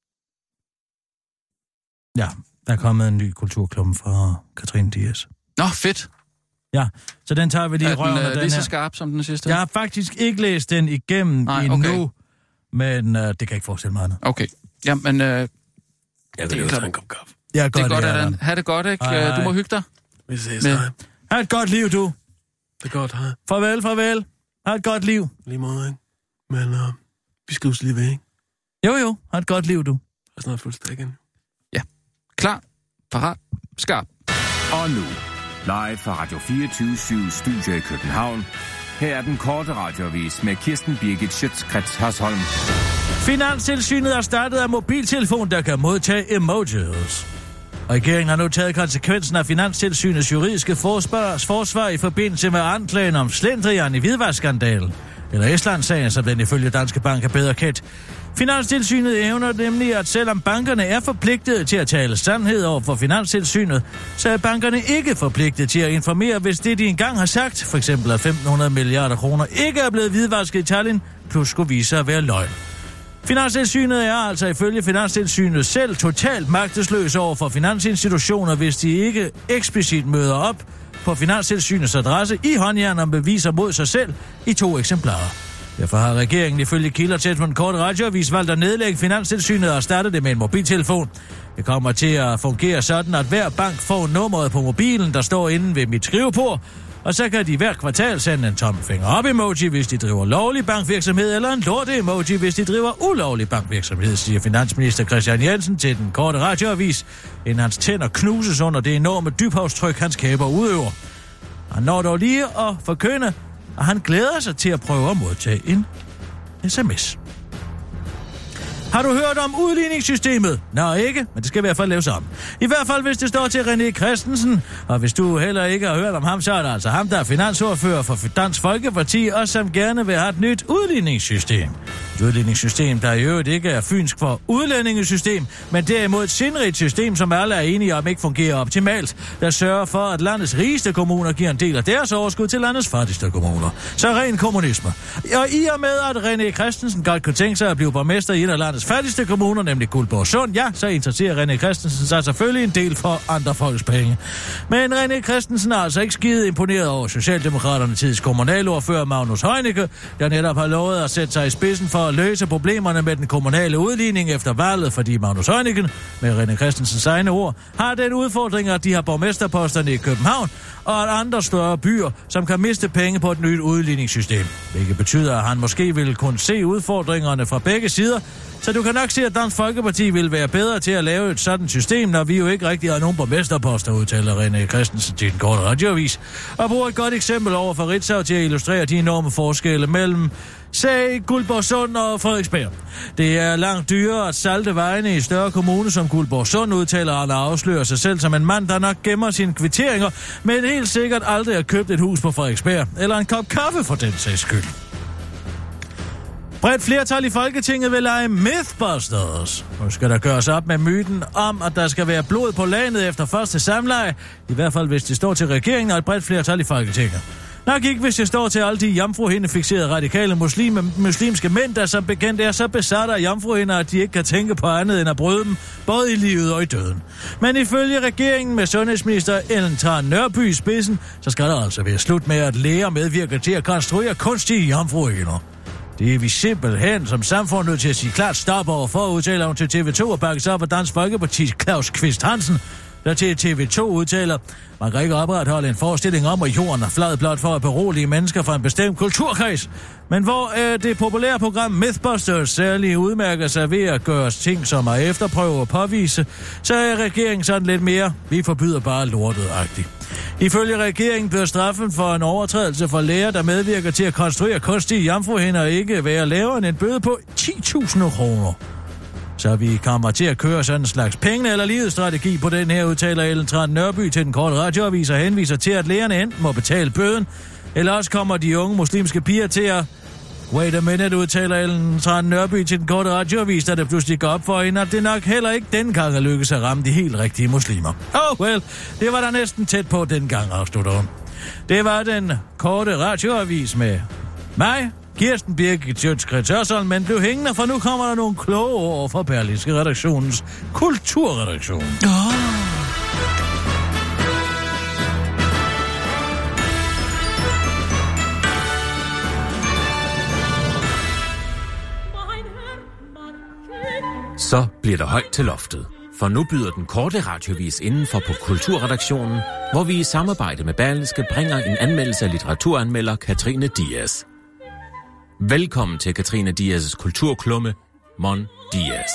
Ja, der er kommet en ny kulturklub fra Katrine Dias. Nå, fedt. Ja, så den tager vi lige i Er den, røven øh, af den lige så her. skarp som den sidste? Jeg har faktisk ikke læst den igennem Nej, endnu, okay. men øh, det kan jeg ikke forestille mig andet. Okay. Jamen, øh, Jeg det vil er jo klart. tage en kop kaffe. Jeg er det er godt, godt, det, Allan. Ha' det godt, ikke? Hej, hej. Du må hygge dig. Vi ses, Med- hej. Ha' et godt liv, du. Det er godt, hej. Farvel, farvel. Ha' et godt liv. Lige måde, ikke? Men uh, vi skal huske lige ved, ikke? Jo, jo. Ha' et godt liv, du. Og snart fuldstændig igen. Klar, parat, skarp. Og nu, live fra Radio fireogtyve syv Studio i København. Her er den korte radioavis med Kirsten Birgit Schøtzgrads Hasholm. Finanstilsynet er startet af mobiltelefon, der kan modtage emojis. Regeringen har nu taget konsekvensen af Finanstilsynets juridiske forsvar, forsvar i forbindelse med anklagen om slendrian i hvidvaskskandalen. Eller Estland-sagen, som den ifølge Danske Bank er bedre kendt. Finanstilsynet evner nemlig, at selvom bankerne er forpligtet til at tale sandhed over for Finanstilsynet, så er bankerne ikke forpligtet til at informere, hvis det de engang har sagt, for eksempel at femten hundrede milliarder kroner ikke er blevet hvidvasket i Tallinn, plus skulle vise sig at være løgn. Finanstilsynet er altså ifølge Finanstilsynet selv totalt magtesløs over for finansinstitutioner, hvis de ikke eksplicit møder op på Finanstilsynets adresse i håndjern om beviser mod sig selv i to eksemplarer. Derfor har regeringen ifølge kilder til på en kort radioavis valgt at nedlægge Finanstilsynet og starte det med en mobiltelefon. Det kommer til at fungere sådan, at hver bank får nummeret på mobilen, der står inde ved mit skrivebord, og så kan de hver kvartal sende en tommelfinger op emoji, hvis de driver lovlig bankvirksomhed, eller en lorte emoji, hvis de driver ulovlig bankvirksomhed, siger finansminister Christian Jensen til den korte radioavis, inden hans tænder knuses under det enorme dybhavstryk, hans kæber udøver. Han når dog lige at forkynde, og han glæder sig til at prøve at modtage en sms. Har du hørt om udligningssystemet? Nå, ikke, men det skal i hvert fald laves om. I hvert fald, hvis det står til René Christensen. Og hvis du heller ikke har hørt om ham, så er det altså ham, der er finansordfører for Dansk Folkeparti, og som gerne vil have et nyt udligningssystem. Et udligningssystem, der i øvrigt ikke er fynsk for udlændingesystem, men derimod et sindrigt system, som alle er enige om ikke fungerer optimalt, der sørger for, at landets rigeste kommuner giver en del af deres overskud til landets fattigste kommuner. Så ren kommunisme. Og i og med, at René Christensen godt kunne tænke sig at blive borgmester i en af landets fattigste kommuner, nemlig Guldborgsund, ja, så interesserer René Christensen sig selvfølgelig en del for andre folks penge. Men René Christensen er altså ikke skide imponeret over Socialdemokraterne tids kommunalordfører Magnus Heunicke, der netop har lovet at sætte sig i spidsen for at løse problemerne med den kommunale udligning efter valget, fordi Magnus Heunicke, med René Christensens egne ord, har den udfordring, at de har borgmesterposterne i København og at andre større byer, som kan miste penge på et nyt udligningssystem. Hvilket betyder, at han måske vil kunne se udfordringerne fra begge sider, så du kan nok se, at Dansk Folkeparti vil være bedre til at lave et sådan system, når vi jo ikke rigtig har nogen borgmesterposter, udtaler René Christensen til den korte radioavis, og bruger et godt eksempel over for Ritzau til at illustrere de enorme forskelle mellem, sag Guldborgsund og Frederiksberg. Det er langt dyrere at salte vejene i større kommuner som Guldborgsund, udtaler han og afslører sig selv som en mand, der nok gemmer sine kvitteringer, men helt sikkert aldrig har købt et hus på Frederiksberg, eller en kop kaffe for den sags skyld. Bredt flertal i Folketinget vil lege Mythbusters. Nu skal der gøres op med myten om, at der skal være blod på landet efter første samleje, i hvert fald hvis det står til regeringen og et bredt flertal i Folketinget. Nok ikke, hvis det står til alle de jomfruhinde-fikserede radikale muslime, muslimske mænd, der som bekendt er så besatte af jomfruhinder, at de ikke kan tænke på andet end at bryde dem, både i livet og i døden. Men ifølge regeringen med sundhedsminister Ellen Trane Nørby i spidsen, så skal der altså være slut med, at læger medvirker til at konstruere kunstige jomfruhinder. Det er vi simpelthen som samfund nødt til at sige klart stop over for, udtaler hun til T V to og bakkes op af Dansk Folkepartis Claus Kvist Hansen, der til T V to udtaler, man kan ikke opretholde en forestilling om, at jorden er flad blot for at berolige mennesker fra en bestemt kulturkreds. Men hvor øh, det populære program Mythbusters særligt udmærker sig ved at gøre ting som at efterprøve og påvise, så er regeringen sådan lidt mere, vi forbyder bare lortet-agtigt. Ifølge regeringen bør straffen for en overtrædelse for læger, der medvirker til at konstruere kunstige jomfruhinder, ikke være lavere end en bøde på ti tusind kroner. Så vi kommer til at køre sådan en slags penge- eller livsstrategi på den her, udtaler Ellen Trane Nørby til den korte radioavis og henviser til, at lægerne enten må betale bøden, eller også kommer de unge muslimske piger til at... Wait a minute, udtaler Ellen Trane Nørby til den korte radioavis, da det pludselig går op for hende, at det nok heller ikke den gang er lykkes at ramme de helt rigtige muslimer. Oh well, det var der næsten tæt på den gang, afslutter hun. Det var den korte radioavis med mig, Kirsten Birgit Sjøtskrets Hørsholm, men blev hængende, for nu kommer der nogle kloge ord fra Berlingske Redaktionens kulturredaktion. Oh. Så bliver der højt til loftet, for nu byder den korte radiovis indenfor på Kulturredaktionen, hvor vi i samarbejde med Berlingske bringer en anmeldelse af litteraturanmelder Katrine Dias. Velkommen til Katrine Dias' kulturklumme, Mon Dias.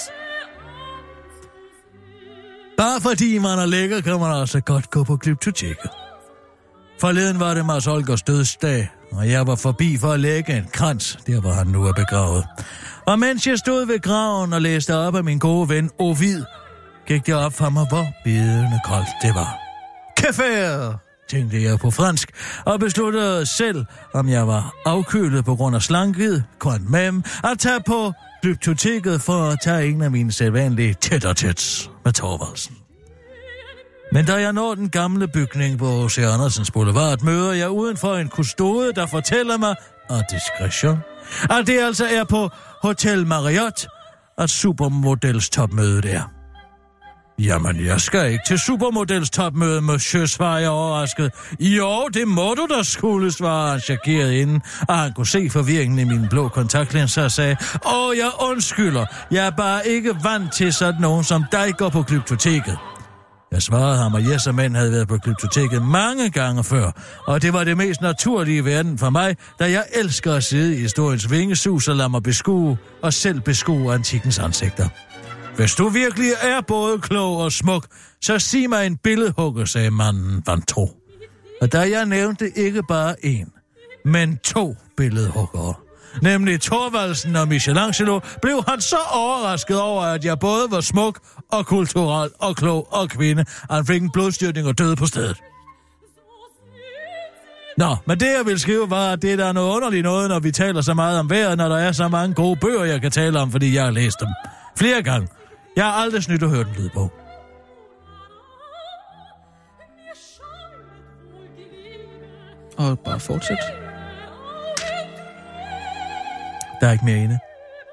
Bare fordi man er lækker, kan man altså godt gå på glyptoteket. Forleden var det Mads Olgers dødsdag, og jeg var forbi for at lægge en krans, der hvor han nu er begravet. Og mens jeg stod ved graven og læste op af min gode ven Ovid, gik det op for mig, hvor bidende koldt det var. Café, tænkte jeg på fransk, og besluttede selv, om jeg var afkølet på grund af slankhed, kun mem, at tage på glyptoteket for at tage en af mine sædvanlige tæt-og-tæts med Thorvaldsen. Men da jeg når den gamle bygning på H C Andersens Boulevard, møder jeg udenfor en kustode, der fortæller mig, at diskretion, at det altså er på Hotel Marriott, at supermodels topmødet er. Jamen, jeg skal ikke til supermodels topmøde, monsieur, svarer jeg overrasket. Jo, det må du da skulle, svarer han chokeret inden, og han kunne se forvirringen i mine blå kontaktlinser og sagde, åh, jeg undskylder, jeg er bare ikke vant til sådan nogen som dig går på glyptoteket. Jeg svarede ham, at jeg som mænd havde været på glyptoteket mange gange før, og det var det mest naturlige i verden for mig, da jeg elsker at sidde i historiens vingesus og lade mig beskue og selv beskue antikkens ansigter. Hvis du virkelig er både klog og smuk, så sig mig en billedhugger, sagde manden vantro. Og da jeg nævnte ikke bare en, men to billedhuggere, nemlig Thorvaldsen og Michelangelo, blev han så overrasket over, at jeg både var smuk og kulturel og klog og kvinde. Han fik en blodstyrtning og døde på stedet. Nå, men det jeg ville skrive var, at det er der noget underligt noget, når vi taler så meget om vejret, når der er så mange gode bøger, jeg kan tale om, fordi jeg har læst dem flere gange. Jeg har aldrig snydt og hørt en lydbog. Og bare fortsæt. Der er ikke mere inde.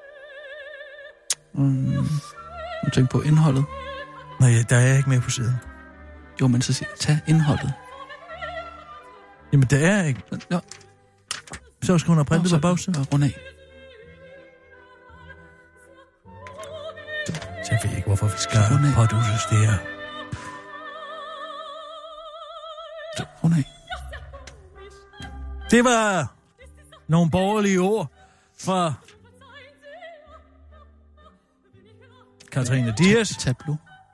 Mm, du tænker på indholdet? Nej, der er jeg ikke mere på siden. Jo, men så sig, tag indholdet. Jamen, der er ikke. Ja. Så skal hun have printet på bagsiden. Og rund af. Så jeg ved ikke, hvorfor vi skal påduses det her. Rund af. Det var nogle borgerlige ord fra Katrine Dias. Tableau.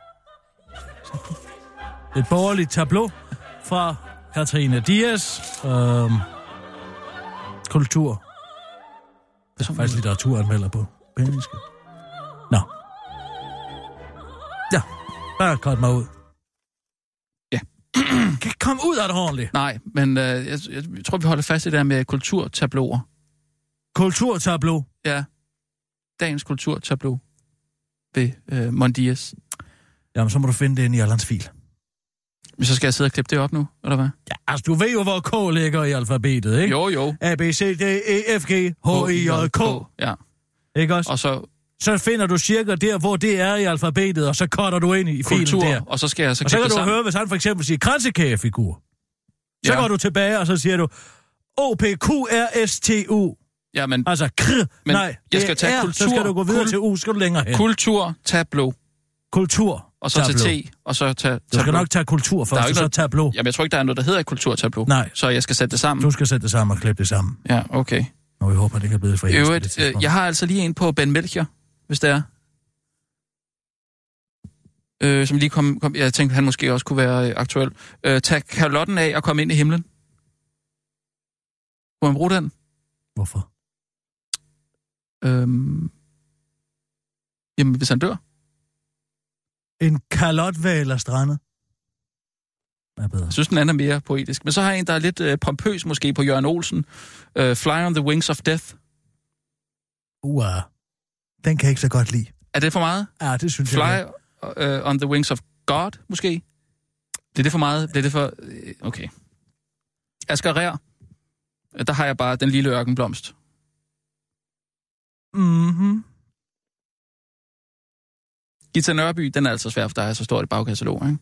Et borgerligt tableau fra Katrine Dias. Øhm, kultur. Det er faktisk litteraturanmelder på Berlingske. Nå. Ja, bare kort mig ud. Ja. Kom ud af det ordentligt. Nej, men øh, jeg, jeg tror, vi holder fast i det der med kulturtabloer. Kulturtableau? Ja. Dagens kulturtableau ved øh, Mondias. Jamen, så må du finde det inde i Allands fil. Så skal jeg sidde og klippe det op nu, eller hvad? Ja, altså, du ved jo, hvor K ligger i alfabetet, ikke? Jo, jo. A, B, C, D, E, F, G, H, I, J, K. Ja. Ikke også? Og så... Så finder du cirka der, hvor det er i alfabetet, og så cutter du ind i kultur, filen der. Og så skal jeg så og så kan det du sammen. høre, hvis han for eksempel siger kransekagefigur. Så Ja. går du tilbage, og så siger du O, P, Q, R, S, T, U. Ja, men... Altså, kr, men nej, jeg skal det tage er, kultur, så skal du gå videre kul, til U, skal du længere hen. Kulturtableau. Kultur. Og så tableau. til T, og så tage Du skal tableau. nok tage kultur først, og så noget... tableau. Jamen, jeg tror ikke, der er noget, der hedder et kulturtableau. Nej. Så jeg skal sætte det sammen. Du skal sætte det sammen og klippe det sammen. Ja, okay. Og jeg håber, det kan blive for Øvrigt, øh, jeg har altså lige en på Ben Melchior, hvis det er. Øh, som lige kom, kom... Jeg tænkte, han måske også kunne være øh, aktuel. Øh, tag kalotten af og komme ind i himlen. Må man bruge den? Hvorfor? Øhm... Jamen, hvis han dør. En kalotval er strandet. Er bedre. Jeg synes, den anden er mere poetisk. Men så har jeg en, der er lidt øh, pompøs måske på Jørgen Olsen. Øh, Fly on the Wings of Death. Uah. Den kan jeg ikke så godt lide. Er det for meget? Ja, det synes Fly jeg. uh, on the Wings of God, måske? Bliver det for meget? Bliver det for... Okay. Asger Rær. Der har jeg bare den lille ørkenblomst. Mhm. Gita Nørby, den er altså svær, for der er så stort et bagkatalog, ikke?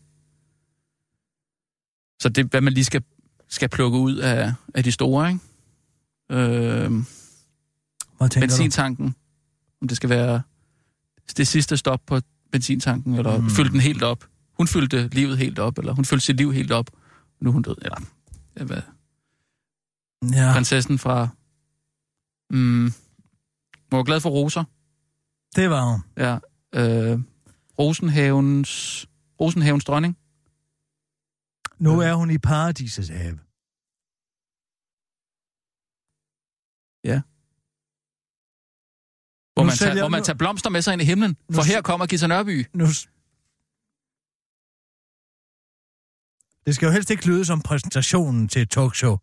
Så det hvad man lige skal, skal plukke ud af, af de store, ikke? Øh, Hvad tænker benzintanken. Du? Om det skal være det sidste stop på benzintanken, eller mm. fylde den helt op. Hun fyldte livet helt op, eller hun fyldte sit liv helt op. Nu er hun død. Eller, hvad? Ja. Prinsessen fra... Mm, var glad for roser. Det var hun. Ja. Øh, Rosenhavens... Rosenhavens dronning. Nu er hun i paradisets have. Ja. Hvor Nu man, tager, sælger- hvor man nu- tager blomster med sig ind i himlen. Nu For s- her kommer Gita Nørby. Nu... s- Det skal jo helst ikke lyde som præsentationen til et talkshow.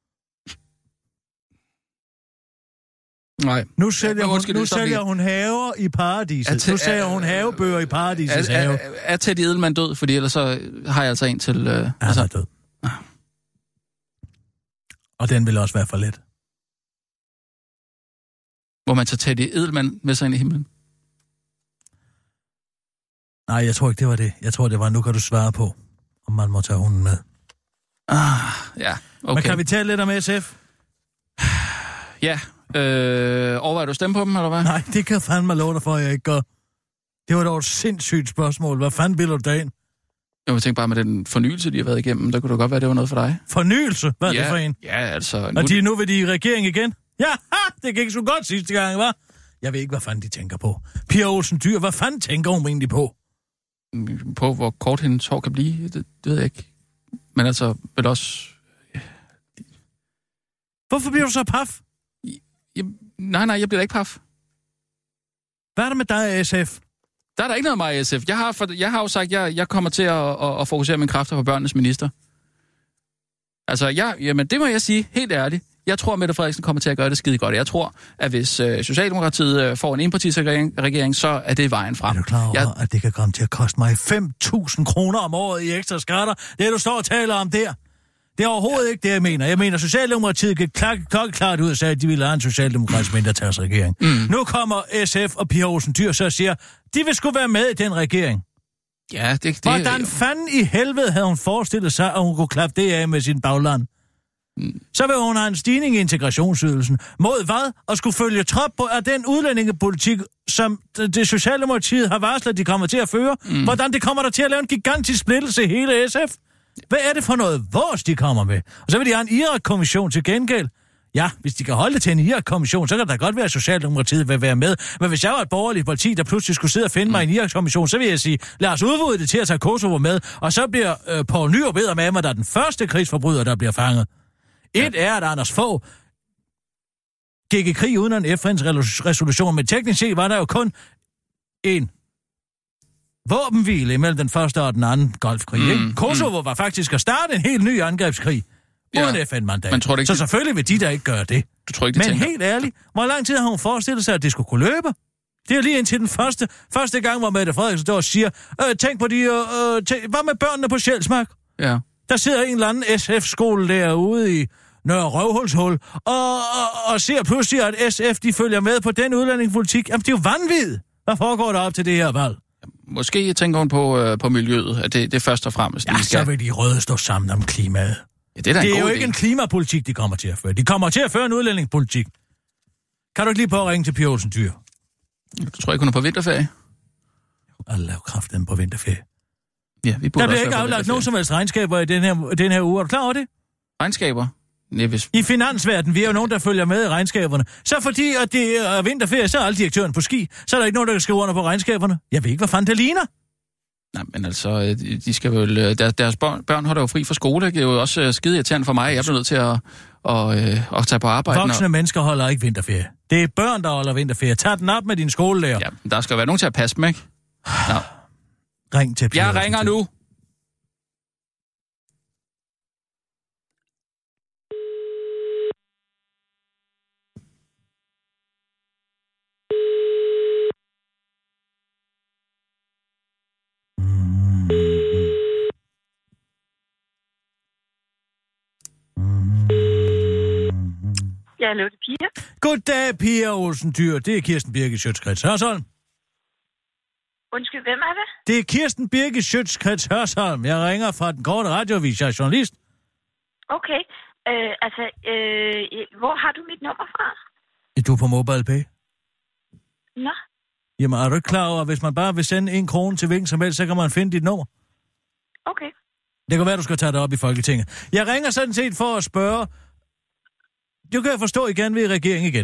Nej. Nu sælger, Ja, hun, undskyld, nu stop sælger lige. hun haver i paradiset. Er til- Nu sælger er- hun havebøger i paradisets Er, have. er, er Teddy Edelman død? Fordi ellers så har jeg altså en til... Øh, Han altså, er død. Og den vil også være for let. hvor man tager Teddy Edelman med sig ind i himlen. Nej, jeg tror ikke, det var det. Jeg tror, det var, nu kan du svare på, om man må tage hunden med. Ah, ja, okay. Men kan vi tale lidt om S F? Ja, øh, overvejer du at stemme på dem, eller hvad? Nej, det kan fandme love dig for, at jeg ikke gør. Det var dog et sindssygt spørgsmål. Hvad fanden vil du dagen? Jeg tænker bare med den fornyelse, de har været igennem, der kunne det godt være, det var noget for dig. Fornyelse? Hvad er ja, det for en? Ja, altså... Nu, Og de, nu vil de i regering igen? Ja, ha, det gik så godt sidste gang, hva'? Jeg ved ikke, hvad fanden de tænker på. Pia Olsen Dyr, hvad fanden tænker hun egentlig på? på, hvor kort hendes hår kan blive, det, det ved jeg ikke. Men altså, vel også... Hvorfor bliver du så paf? Jeg, nej, nej, jeg bliver da ikke paf. Hvad er der med dig, S F? Der er der ikke noget med mig, S F. Jeg har, for, jeg har jo sagt, at jeg, jeg kommer til at, at, at fokusere mine kræfter på børnenes minister. Altså, jeg, jamen, det må jeg sige helt ærligt. Jeg tror, at Mette Frederiksen kommer til at gøre det skide godt. Jeg tror, at hvis øh, Socialdemokratiet øh, får en enpartisregering, regering, så er det vejen frem. Er du klar over, jeg... at det kan komme til at koste mig fem tusind kroner om året i ekstra skatter? Det, du står og taler om der. Det er overhovedet ja. ikke det, jeg mener. Jeg mener, Socialdemokratiet gik klart ud og sagde, at de ville have en socialdemokratisk mindretalsregering. Mm. Nu kommer S F og Pia Olsen Dyhr så og siger, de vil sgu være med i den regering. Ja, det... det Hvordan fanden i helvede havde hun forestillet sig, at hun kunne klappe det af med sin bagland? Mm. Så vil hun have en stigning i integrationsydelsen. Mod hvad? Og skulle følge trop på af den udlændingepolitik, som det Socialdemokratiet har varslet, de kommer til at føre. Mm. Hvordan det kommer der til at lave en gigantisk splittelse i hele S F? Hvad er det for noget vores, de kommer med? Og så vil de have en Irak-kommission til gengæld. Ja, hvis de kan holde det til en Irak-kommission, så kan der godt være, at Socialdemokratiet vil være med. Men hvis jeg var et borgerligt parti, der pludselig skulle sidde og finde mm. mig en Irak-kommission, så vil jeg sige, lad os udvide det til at tage Kosovo med. Og så bliver øh, Poul Nyrup bedre med, at der er den første krigsforbryder, der bliver fanget. Et er, at Anders Fogh gik i krig uden en F N's resolution, men teknisk set var der jo kun en våbenhvile imellem den første og den anden golfkrig. Mm, ikke? Kosovo mm. var faktisk at starte en helt ny angrebskrig uden ja. F N-mandat. Så de... selvfølgelig vil de der ikke gøre det. Du tror ikke, de men tænker... helt ærligt, hvor lang tid har hun forestillet sig, at det skulle kunne løbe? Det er lige indtil den første, første gang, hvor Mette Frederiksen står og siger, øh, tænk på de... Øh, tænk, hvad med børnene på Sjælsmark? Ja. Der sidder en eller anden S F-skole derude i Nørre Røvhulshul, og, og, og ser pludselig, at S F de følger med på den udlændingepolitik. Jamen, det er jo vanvittigt. Hvad foregår der op til det her valg? Måske tænker hun på, øh, på miljøet, at det, det er først og fremmest. Ja, skal... så vil de røde stå sammen om klimaet. Ja, det er, det er jo idé. ikke en klimapolitik, de kommer til at føre. De kommer til at føre en udlændingepolitik. Kan du ikke lige på at ringe til Pia Olsen Dyhr? Du tror ikke, hun er på vinterferie? Jeg laver kraften på vinterferie. Ja, vi burde der bliver ikke aflagt nogen som helst regnskaber i den her, den her uge. Er du klar over det? Regnskaber? Nej, hvis... I finansverdenen, vi er jo nogen, der følger med i regnskaberne. Så fordi at det er vinterferie, så er alle direktøren på ski. Så er der ikke nogen, der kan skrive under på regnskaberne. Jeg ved ikke, hvad fanden det ligner. Nej, men altså, de skal vel... Der, deres børn, børn holder jo fri fra skole. Det er jo også skide irriterende for mig. Jeg bliver nødt til at, at, at, at tage på arbejde. Voksne og... mennesker holder ikke vinterferie. Det er børn, der holder vinterferie. Tag den op med din skolelærer. Ja, der skal være nogen til at passe dem, ikke? Nå. Ring til Pia. Jeg ringer nu. Ja, hallo, det er Pia. Goddag, Pia Olsen Dyhr. Det er Kirsten Birgit Schiøtz-Kretz Hørsholm. Undskyld, hvem er det? Det er Kirsten Birgit Schiøtz-Kretz Hørsholm. Jeg ringer fra den korte radioavis. Jeg er journalist. Okay. Øh, altså, øh, hvor har du mit nummer fra? Er du på MobilePay? Nå. Jamen, er du ikke klar over, at hvis man bare vil sende en krone til hvilken som helst, så kan man finde dit nummer? Okay. Det kan være, du skal tage det op i Folketinget. Jeg ringer sådan set for at spørge... Du kan jeg forstå, I gerne vil i regering igen.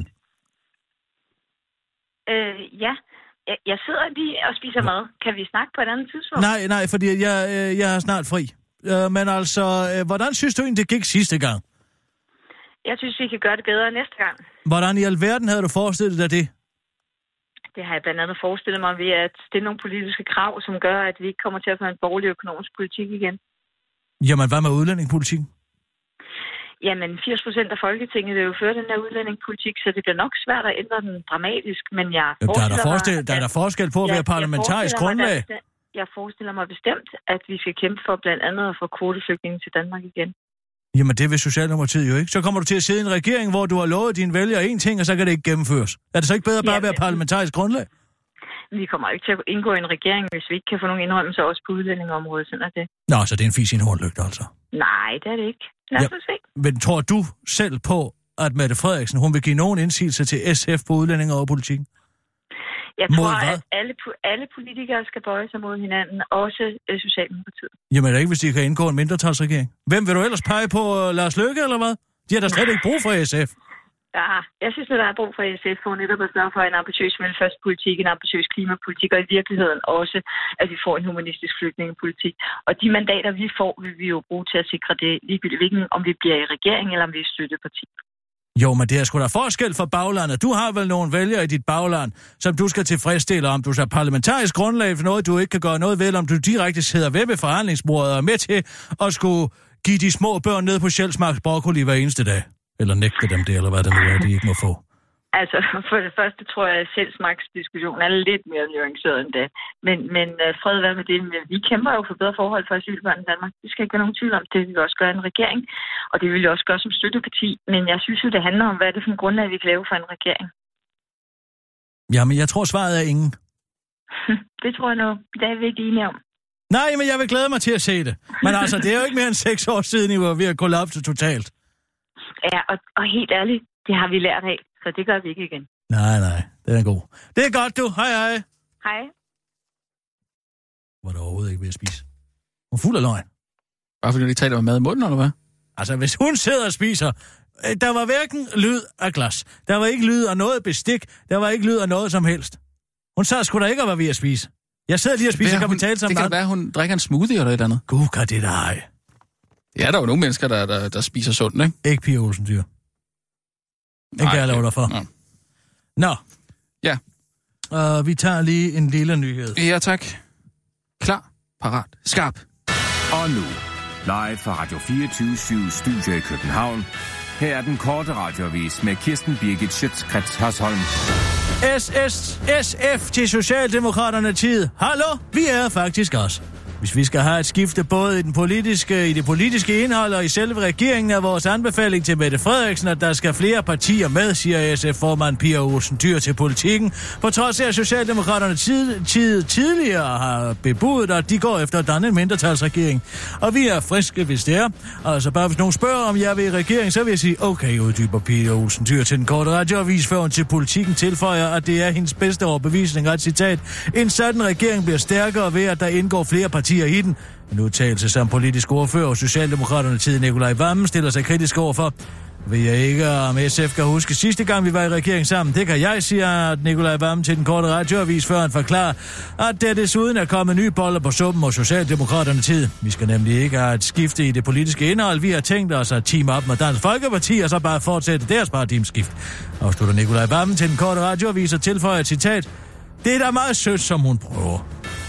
Øh, ja. Jeg, jeg sidder lige og spiser mad. Kan vi snakke på et andet tidspunkt? Nej, nej, fordi jeg, jeg er snart fri. Øh, men altså, øh, hvordan synes du egentlig, det gik sidste gang? Jeg synes, vi kan gøre det bedre næste gang. Hvordan i alverden havde du forestillet dig det? Det har jeg blandt andet forestillet mig ved at stille nogle politiske krav, som gør, at vi ikke kommer til at føre en borgerlig økonomisk politik igen. Jamen, hvad med udlændingepolitikken? Jamen, firs procent af Folketinget vil jo føre den der udlændingepolitik, så det bliver nok svært at ændre den dramatisk, men jeg Jamen, der er der, forskel, mig, der er der forskel på at være parlamentarisk grundlag. Mig, jeg forestiller mig bestemt, at vi skal kæmpe for blandt andet at få kvoteflygtninge til Danmark igen. Jamen, det vil Socialdemokratiet jo ikke. Så kommer du til at sidde i en regering, hvor du har lovet dine vælgere en ting, og så kan det ikke gennemføres. Er det så ikke bedre bare at være parlamentarisk grundlag? Vi kommer ikke til at indgå i en regering, hvis vi ikke kan få nogle indrømmelser også på udlændingeområdet, sådan er det. Nå, så det er en fis i en hornlygte, altså? Nej, det er det ikke. Lad os ja, se. Men tror du selv på, at Mette Frederiksen, hun vil give nogen indsigelse til S F på udlændinge og politikken? Jeg tror, at alle, alle politikere skal bøje sig mod hinanden, også øh, Socialdemokratiet. Jamen, er det ikke, hvis de kan indgå en mindretalsregering? Hvem vil du ellers pege på, uh, Lars Løkke, eller hvad? De har da slet ikke brug for S F. Ja, jeg synes, at der er brug for S F for netop at sørge for en ambitiøs velfærdspolitik, en ambitiøs klimapolitik, og i virkeligheden også, at vi får en humanistisk flygtningepolitik. Og de mandater, vi får, vil vi jo bruge til at sikre det, ligegyldigt hvilken, om vi bliver i regering, eller om vi er støtteparti. Jo, men det er sgu da forskel for baglandet. Du har vel nogle vælgere i dit bagland, som du skal tilfredsstille, om du så parlamentarisk grundlag for noget, du ikke kan gøre noget ved, om du direkte sidder ved ved forhandlingsbordet og er med til at skulle give de små børn ned på Sjælsmarks broccoli hver eneste dag. Eller nægte dem det, eller hvad det nu er, de ikke må få. Altså, for det første tror jeg, at Sjælsmarks-diskussionen er lidt mere nuanceret end det. Men, men fred være med det. Vi kæmper jo for bedre forhold for asylbørn i Danmark. Det skal ikke være nogen tvivl om. Det vil vi også gøre en regering. Og det vil vi også gøre som støtteparti. Men jeg synes jo, det handler om, hvad er det for en grundlag, vi kan lave for en regering. Jamen, jeg tror, svaret er ingen. Det tror jeg nu. Det er vi ikke enige om. Nej, men jeg vil glæde mig til at se det. Men altså, det er jo ikke mere end seks år siden, I var ved at kollapse totalt. Ja, og, og helt ærligt, det har vi lært af. Så det gør vi ikke igen. Nej, nej. Det er god. Det er godt, du. Hej, hej. Hej. Var der overhovedet ikke ved at spise? Hun er fuld af løgn. Bare fordi du ikke taler med mad i munden, eller hvad? Altså, hvis hun sidder og spiser... Der var hverken lyd af glas. Der var ikke lyd af noget bestik. Der var ikke lyd af noget som helst. Hun sad sgu da ikke og var ved at spise. Jeg sidder lige og spiser, kan vi tale sammen. Det kan være, hun drikker en smoothie eller et andet. Gud, kan det dig. Ja, der er jo nogle mennesker, der, der, der spiser sundt, ikke? Ikke Pia Olsen Dyr. Den kan jeg love dig for. Nå. Nå. Ja. Uh, vi tager lige en lille nyhed. Ja, tak. Klar, parat, skarp. Og nu, live fra Radio fireogtyve syv Studio i København. Her er den korte radioavis med Kirsten Birgit Schøtz-Krets Hørsholm. S S S F til Socialdemokraterne tid. Hallo, vi er faktisk os. Hvis vi skal have et skifte både i, den politiske, i det politiske indhold og i selve regeringen, er vores anbefaling til Mette Frederiksen, at der skal flere partier med, siger S F-formand Pia Olsen Dyhr til Politikken. På trods af, at Socialdemokraterne tid, tid, tidligere har bebudet, at de går efter at danne en mindretalsregering. Og vi er friske, hvis det er. Altså bare hvis nogen spørger, om jeg vil i regering, så vil jeg sige, okay, uddyber Pia Olsen Dyhr til den korte radioavis, før hun til Politikken tilføjer, at det er hendes bedste overbevisning, at citat, en sådan regering bliver stærkere ved, at der indgår flere partier i den. En udtalelse som politisk ordfører og Socialdemokraterne tid Nikolaj Wammen stiller sig kritisk overfor. Ved jeg ikke, om S F kan huske sidste gang, vi var i regering sammen. Det kan jeg, siger Nikolaj Wammen til den korte radioavis, før han forklarer, at der desuden er kommet nye boller på suppen og Socialdemokraterne tid. Vi skal nemlig ikke have et skifte i det politiske indhold. Vi har tænkt os at team op med Dansk Folkeparti og så bare fortsætte deres paradigmskift. Afslutter Nikolaj Wammen til den korte radioavis og tilføjer et citat. Det er da meget sødt, som hun prøver.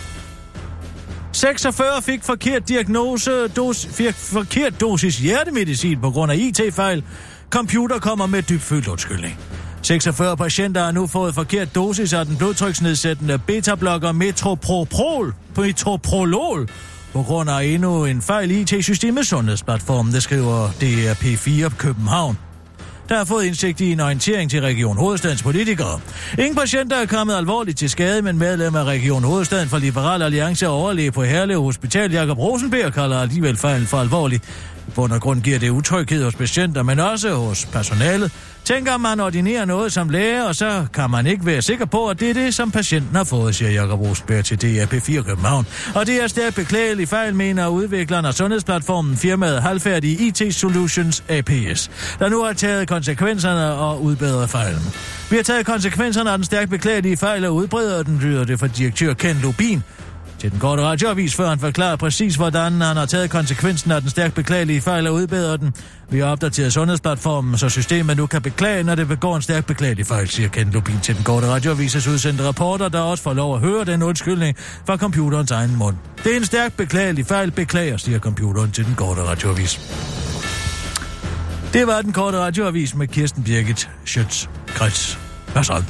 seksogfyrre fik forkert diagnose, dos, fik forkert dosis hjertemedicin på grund af I T-fejl. Computer kommer med dybfølt undskyldning. seksogfyrre patienter har nu fået forkert dosis af den blodtryksnedsættende beta-blokker Metoprolol, Metoprolol på grund af endnu en fejl i I T-systemet Sundhedsplatformen, det skriver D R P fire København, der har fået indsigt i en orientering til Region Hovedstadens politikere. Ingen patienter er kommet alvorligt til skade, men medlem af Region Hovedstaden for Liberal Alliance og overlæge på Herlev Hospital, Jakob Rosenberg, kalder alligevel fejlen for alvorlig. I bund og grund giver det utryghed hos patienter, men også hos personalet. Tænker man ordinerer noget som læge, og så kan man ikke være sikker på, at det er det, som patienten har fået, siger Jakob Rosenberg til D R P fire København. Og det er stærkt beklagelig fejl, mener udvikleren af sundhedsplatformen firmaet Halvfærdige I T Solutions A P S, der nu har taget konsekvenserne og udbedret fejlen. Vi har taget konsekvenserne af den stærkt beklagelige fejl og udbreder den, lyder det for direktør Ken Lubin til den korte radioavis, før han forklarer præcis, hvordan han har taget konsekvensen af den stærkt beklagelige fejl og udbedrer den. Vi har opdateret sundhedsplatformen, så systemet nu kan beklage, når det begår en stærkt beklagelig fejl, siger Ken Lubin til den korte radioavises udsendte rapporter, der også får lov at høre den undskyldning fra computerens egen mund. Det er en stærkt beklagelig fejl, beklager, siger computeren til den korte radioavis. Det var den korte radioavis med Kirsten Birgit Schøtz-Krets Hørsholm.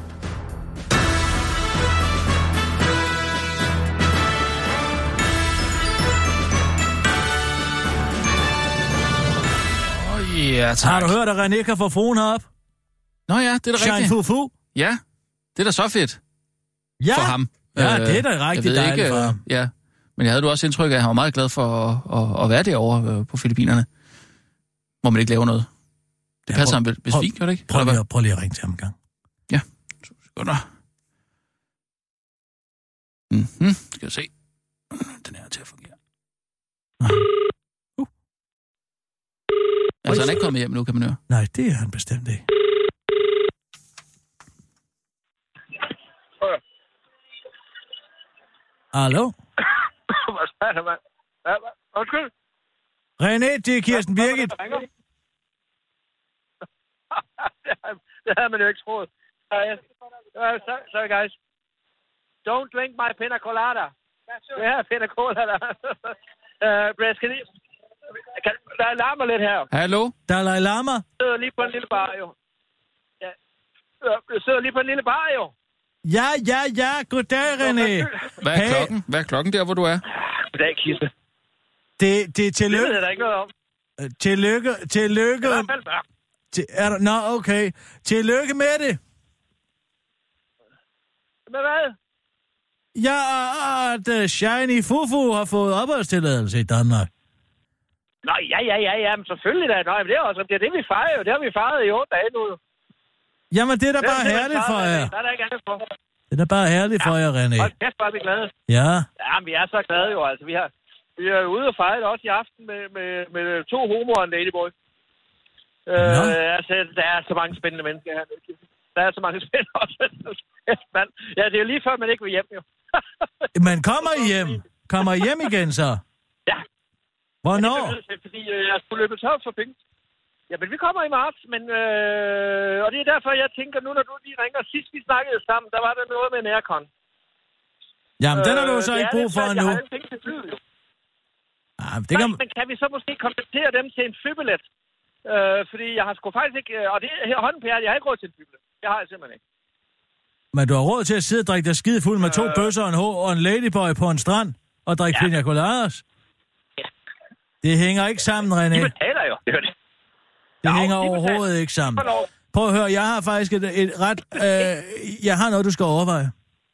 Ja, tak. Har du hørt, at René kan få fruen herop? Nå ja, det er da rigtigt. Shine Fu. Ja, det er da så fedt. Ja. For ham. Ja, det er da rigtig dejligt ikke, for ham. Ja, men jeg havde du også indtryk af, at han var meget glad for at, at, at være derovre på Filippinerne, hvor man ikke laver noget. Det ja, passer ham vel, hvis prøv, vi gør det ikke? Prøv lige, prøv lige at ringe til ham en gang. Ja, to sekunder. Mhm, skal jeg se. Den er til at fungere. Uh. Altså, han er ikke kommet hjem nu, kan man høre. Nej, det er han bestemt ikke. Hallo? Hvad spørger man? Undskyld? René, det er Kirsten Birgit. det havde man jo ikke troet. Uh, uh, sorry, sorry, guys. Don't drink my pina colada. Det her er pina colada. uh, Brad, skal I... Kan, der larmer lidt her. Hallo? Dalai Lama? Jeg sidder lige på en lille bar, jo. Ja. Jeg sidder lige på en lille bar, jo. Ja, ja, ja. Goddag, René. Hvad er Hey. klokken? Hvad er klokken der, hvor du er? Goddag, Kiste. Det, det er Det tillykke. ved jeg da ikke noget om. Øh, Tillykke. Tillykke. Det er i hvert fald mørkt. Til, er der, nå, okay. Tillykke med det. Men hvad? Ja, at uh, Shiny Fufu har fået opholdstilladelse i Danmark. Nå, ja, ja, ja, ja, men selvfølgelig da. Nå, men det er også, det er det, vi fejrer jo. Det har vi fejret i otte dage nu. Jamen, det er da Det bare det, man herligt for fejrer. jer. Der er der ikke andet for. Det er da bare herligt for jer, René. Hold kæft, hvor er vi glade. Ja. Ja, men vi er så glade jo, altså. Vi, har, vi er ude og fejre det også i aften med, med, med to homoer og en ladyboy. Nå. Øh, altså, der er så mange spændende mennesker her. Der er så mange spændende også. Ja, det er jo lige før, man ikke vil hjem, jo. Men kommer I hjem? Kommer I hjem igen, så? Ja. Hvornår? Det er nødt til, fordi øh, jeg skulle løbe tør for penge. Ja, men vi kommer i marts, men... Øh, og det er derfor, jeg tænker nu, når du lige ringer. Sidst vi snakkede sammen, der var der noget med en aircon. Jamen, den har du så Øh, ikke det er brug lidt for svært. nu. Jeg har ikke penge til flyet, jo. Ah, det kan... Nej, men kan vi så måske kompensere dem til en flybillet? Øh, fordi jeg har sgu faktisk ikke... øh, Og det er hånden på hjertet, jeg har ikke råd til en flybillet. Det har jeg simpelthen ikke. Men du har råd til at sidde og drikke dig skide fuld med to Øh. bøsser og en hår og en ladyboy på en strand og drikke Ja. pina coladas? Ja. Det hænger ikke sammen, De René. betaler jo. Det er det. Det Jo, hænger de overhovedet betaler. ikke sammen. Få lov. Prøv at høre, jeg har faktisk et, et ret... Øh, jeg har noget, du skal overveje.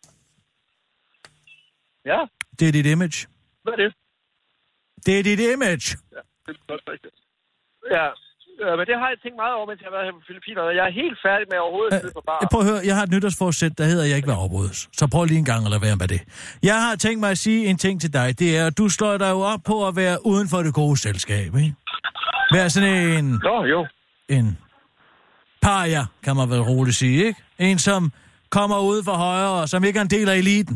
Ja, Det er dit image. hvad er det? Det er dit image. Ja, det er godt rigtigt. Ja, øh, men det har jeg tænkt meget over, mens jeg har været her på Filippinerne. Jeg er helt færdig med overhovedet at sidde på bar. Øh, prøv at høre, jeg har et nytårsforsæt, der hedder, at jeg ikke vil afbrydes. Så prøv lige en gang at lade være med det. Jeg har tænkt mig at sige en ting til dig. Det er, at du slår dig jo op på at være uden for det gode selskab, ikke? Vær sådan en... Nå, jo. En paria, kan man vel roligt sige, ikke? En, som kommer ud for højre, og som ikke er en del af eliten.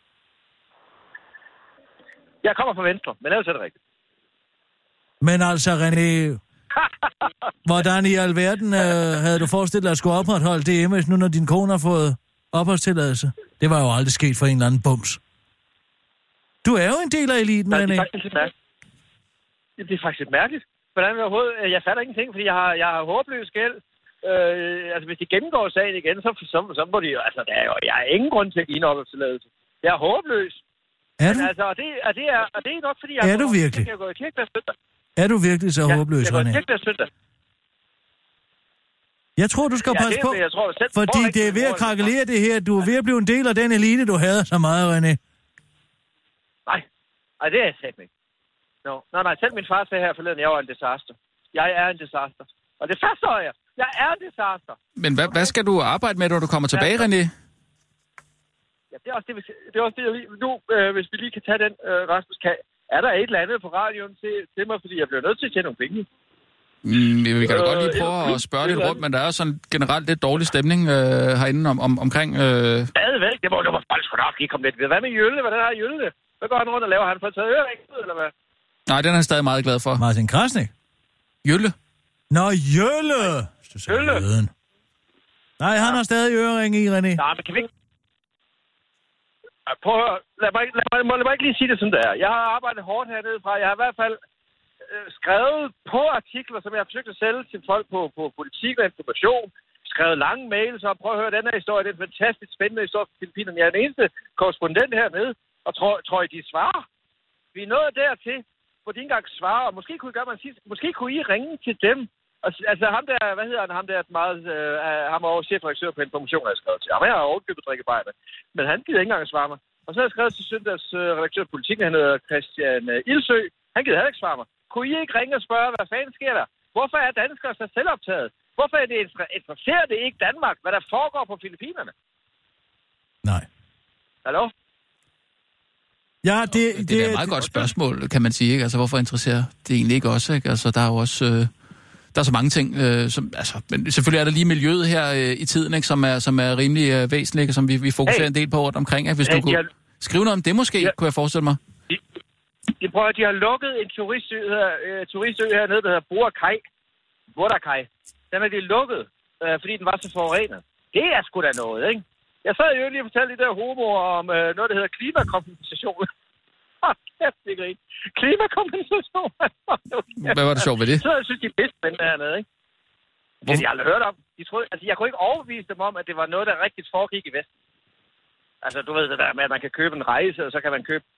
Jeg kommer fra Venstre, men ellers er det rigtigt. Men altså, René, hvordan i alverden øh, havde du forestillet dig at skulle opretholde det image, nu når din kone har fået opholdstilladelse? Det var jo aldrig sket for en eller anden bums. Du er jo en del af eliten, Nej, det René. er faktisk lidt mærkeligt. Det er faktisk lidt mærkeligt. Hvordan jeg overhovedet... Jeg fatter ingenting, fordi jeg har, jeg har håbløs gæld. Øh, altså, hvis de gennemgår sagen igen, så, så, så må de jo... Altså, der er jo, jeg har ingen grund til at give en opholdstilladelse. Jeg er håbløs. Er du? Men altså, og det, og det, er, og det er nok, fordi jeg... Er du virkelig? Jeg kan gå i kirke hver søndag. Er du virkelig så Ja, håbløs, jeg går i René? kirke hver søndag. Jeg tror, du skal Ja, passe det, på, jeg tror, selv, fordi tror, det er ved at krakelere det her. Du er ved at blive en del af den elite, du havde så meget, René. Nej, nej, det er jeg sagt ikke. No. Nej, nej, selv min far sagde her forleden, jeg var en disaster. Jeg er en disaster. Og det fastholder jeg. Jeg er en disaster. Men hvad, hvad skal du arbejde med, når du kommer tilbage, René? Ja, det er også det, vi, det, er også det jeg lige... Nu, øh, hvis vi lige kan tage den, øh, Rasmus, kan, er der et eller andet på radioen til, til mig, fordi jeg bliver nødt til at tjene nogle penge. Mm, vi kan da godt lige Øh, prøve ja, at spørge det lidt er rundt, men der er sådan generelt lidt dårlig stemning øh, herinde om, om, omkring... Øh... Stadigvæk, det må det må folk sgu nok lige komme lidt ved. Hvad med Jølle? Hvordan har Jølle? Hvad går han rundt og laver? Har han fået taget øring ud, eller hvad? Nej, den er han stadig meget glad for. Martin Krasnik? Jølle. Nå, Jølle! Jølle? Nej, han har stadig ørering i, René. Nej, men kan vi ikke... Prøv at høre. Lad mig, lad, mig, lad mig ikke lige sige det, som det er. Jeg har arbejdet hårdt hernede fra. Jeg har i hvert fald øh, skrevet på artikler, som jeg har forsøgt at sælge til folk på, på politik og information. Skrevet lange mails om, prøv at høre, den her historie, det er en fantastisk spændende historie for Filippinerne. Jeg er den eneste korrespondent hernede, og tror, tror I, de svarer? Vi er nået dertil, hvor de ikke engang svarer, og måske kunne I gøre, man sige, måske kunne I ringe til dem. Og, altså ham der, hvad hedder han, ham der er meget, øh, ham er også chefredaktør på Information, har jeg skrevet til. Ham jeg har overkøbet drikkebejde, men han gider ikke engang svare mig. Og så har jeg skrevet til søndags øh, redaktør på Politik, han hedder Christian øh, Ildsø. Han gider heller ikke svare mig. Kunne I ikke ringe og spørge, hvad fanden sker der? Hvorfor er danskere så selvoptaget? Hvorfor er det interesserer det ikke Danmark, hvad der foregår på Filippinerne? Nej. Hallo? Ja, det, det, Det, det er et meget godt spørgsmål, kan man sige, ikke? Altså, hvorfor interesserer det egentlig ikke også, ikke? Altså, der er jo også... Øh... Der er så mange ting, øh, som, altså, men selvfølgelig er der lige miljøet her øh, i tiden, ikke, som er, som er rimelig øh, væsentligt, og som vi, vi fokuserer hey. en del på rundt omkring. Ikke? Hvis hey, du kunne har... skrive noget om det måske, ja. kunne jeg forestille mig. De, de, prøver, de har lukket en turistø, her, øh, turistø hernede, der hedder Boracay. Boracay. Den er de lukket. øh, fordi den var så forurenet. Det er sgu da noget, ikke? Jeg sad jo lige og fortalte de der homoer om øh, noget, der hedder klimakompensation. Åh, kæft, det grin. Klimakompensation. Hvad var det sjovt ved det? Så jeg synes, de er bedst med dernede, ikke? Det har jeg aldrig hørt om. De troede, altså, jeg kunne ikke overbevise dem om, at det var noget, der rigtigt foregik i Vesten. Altså, du ved det der med, at man kan købe en rejse, og så kan man købe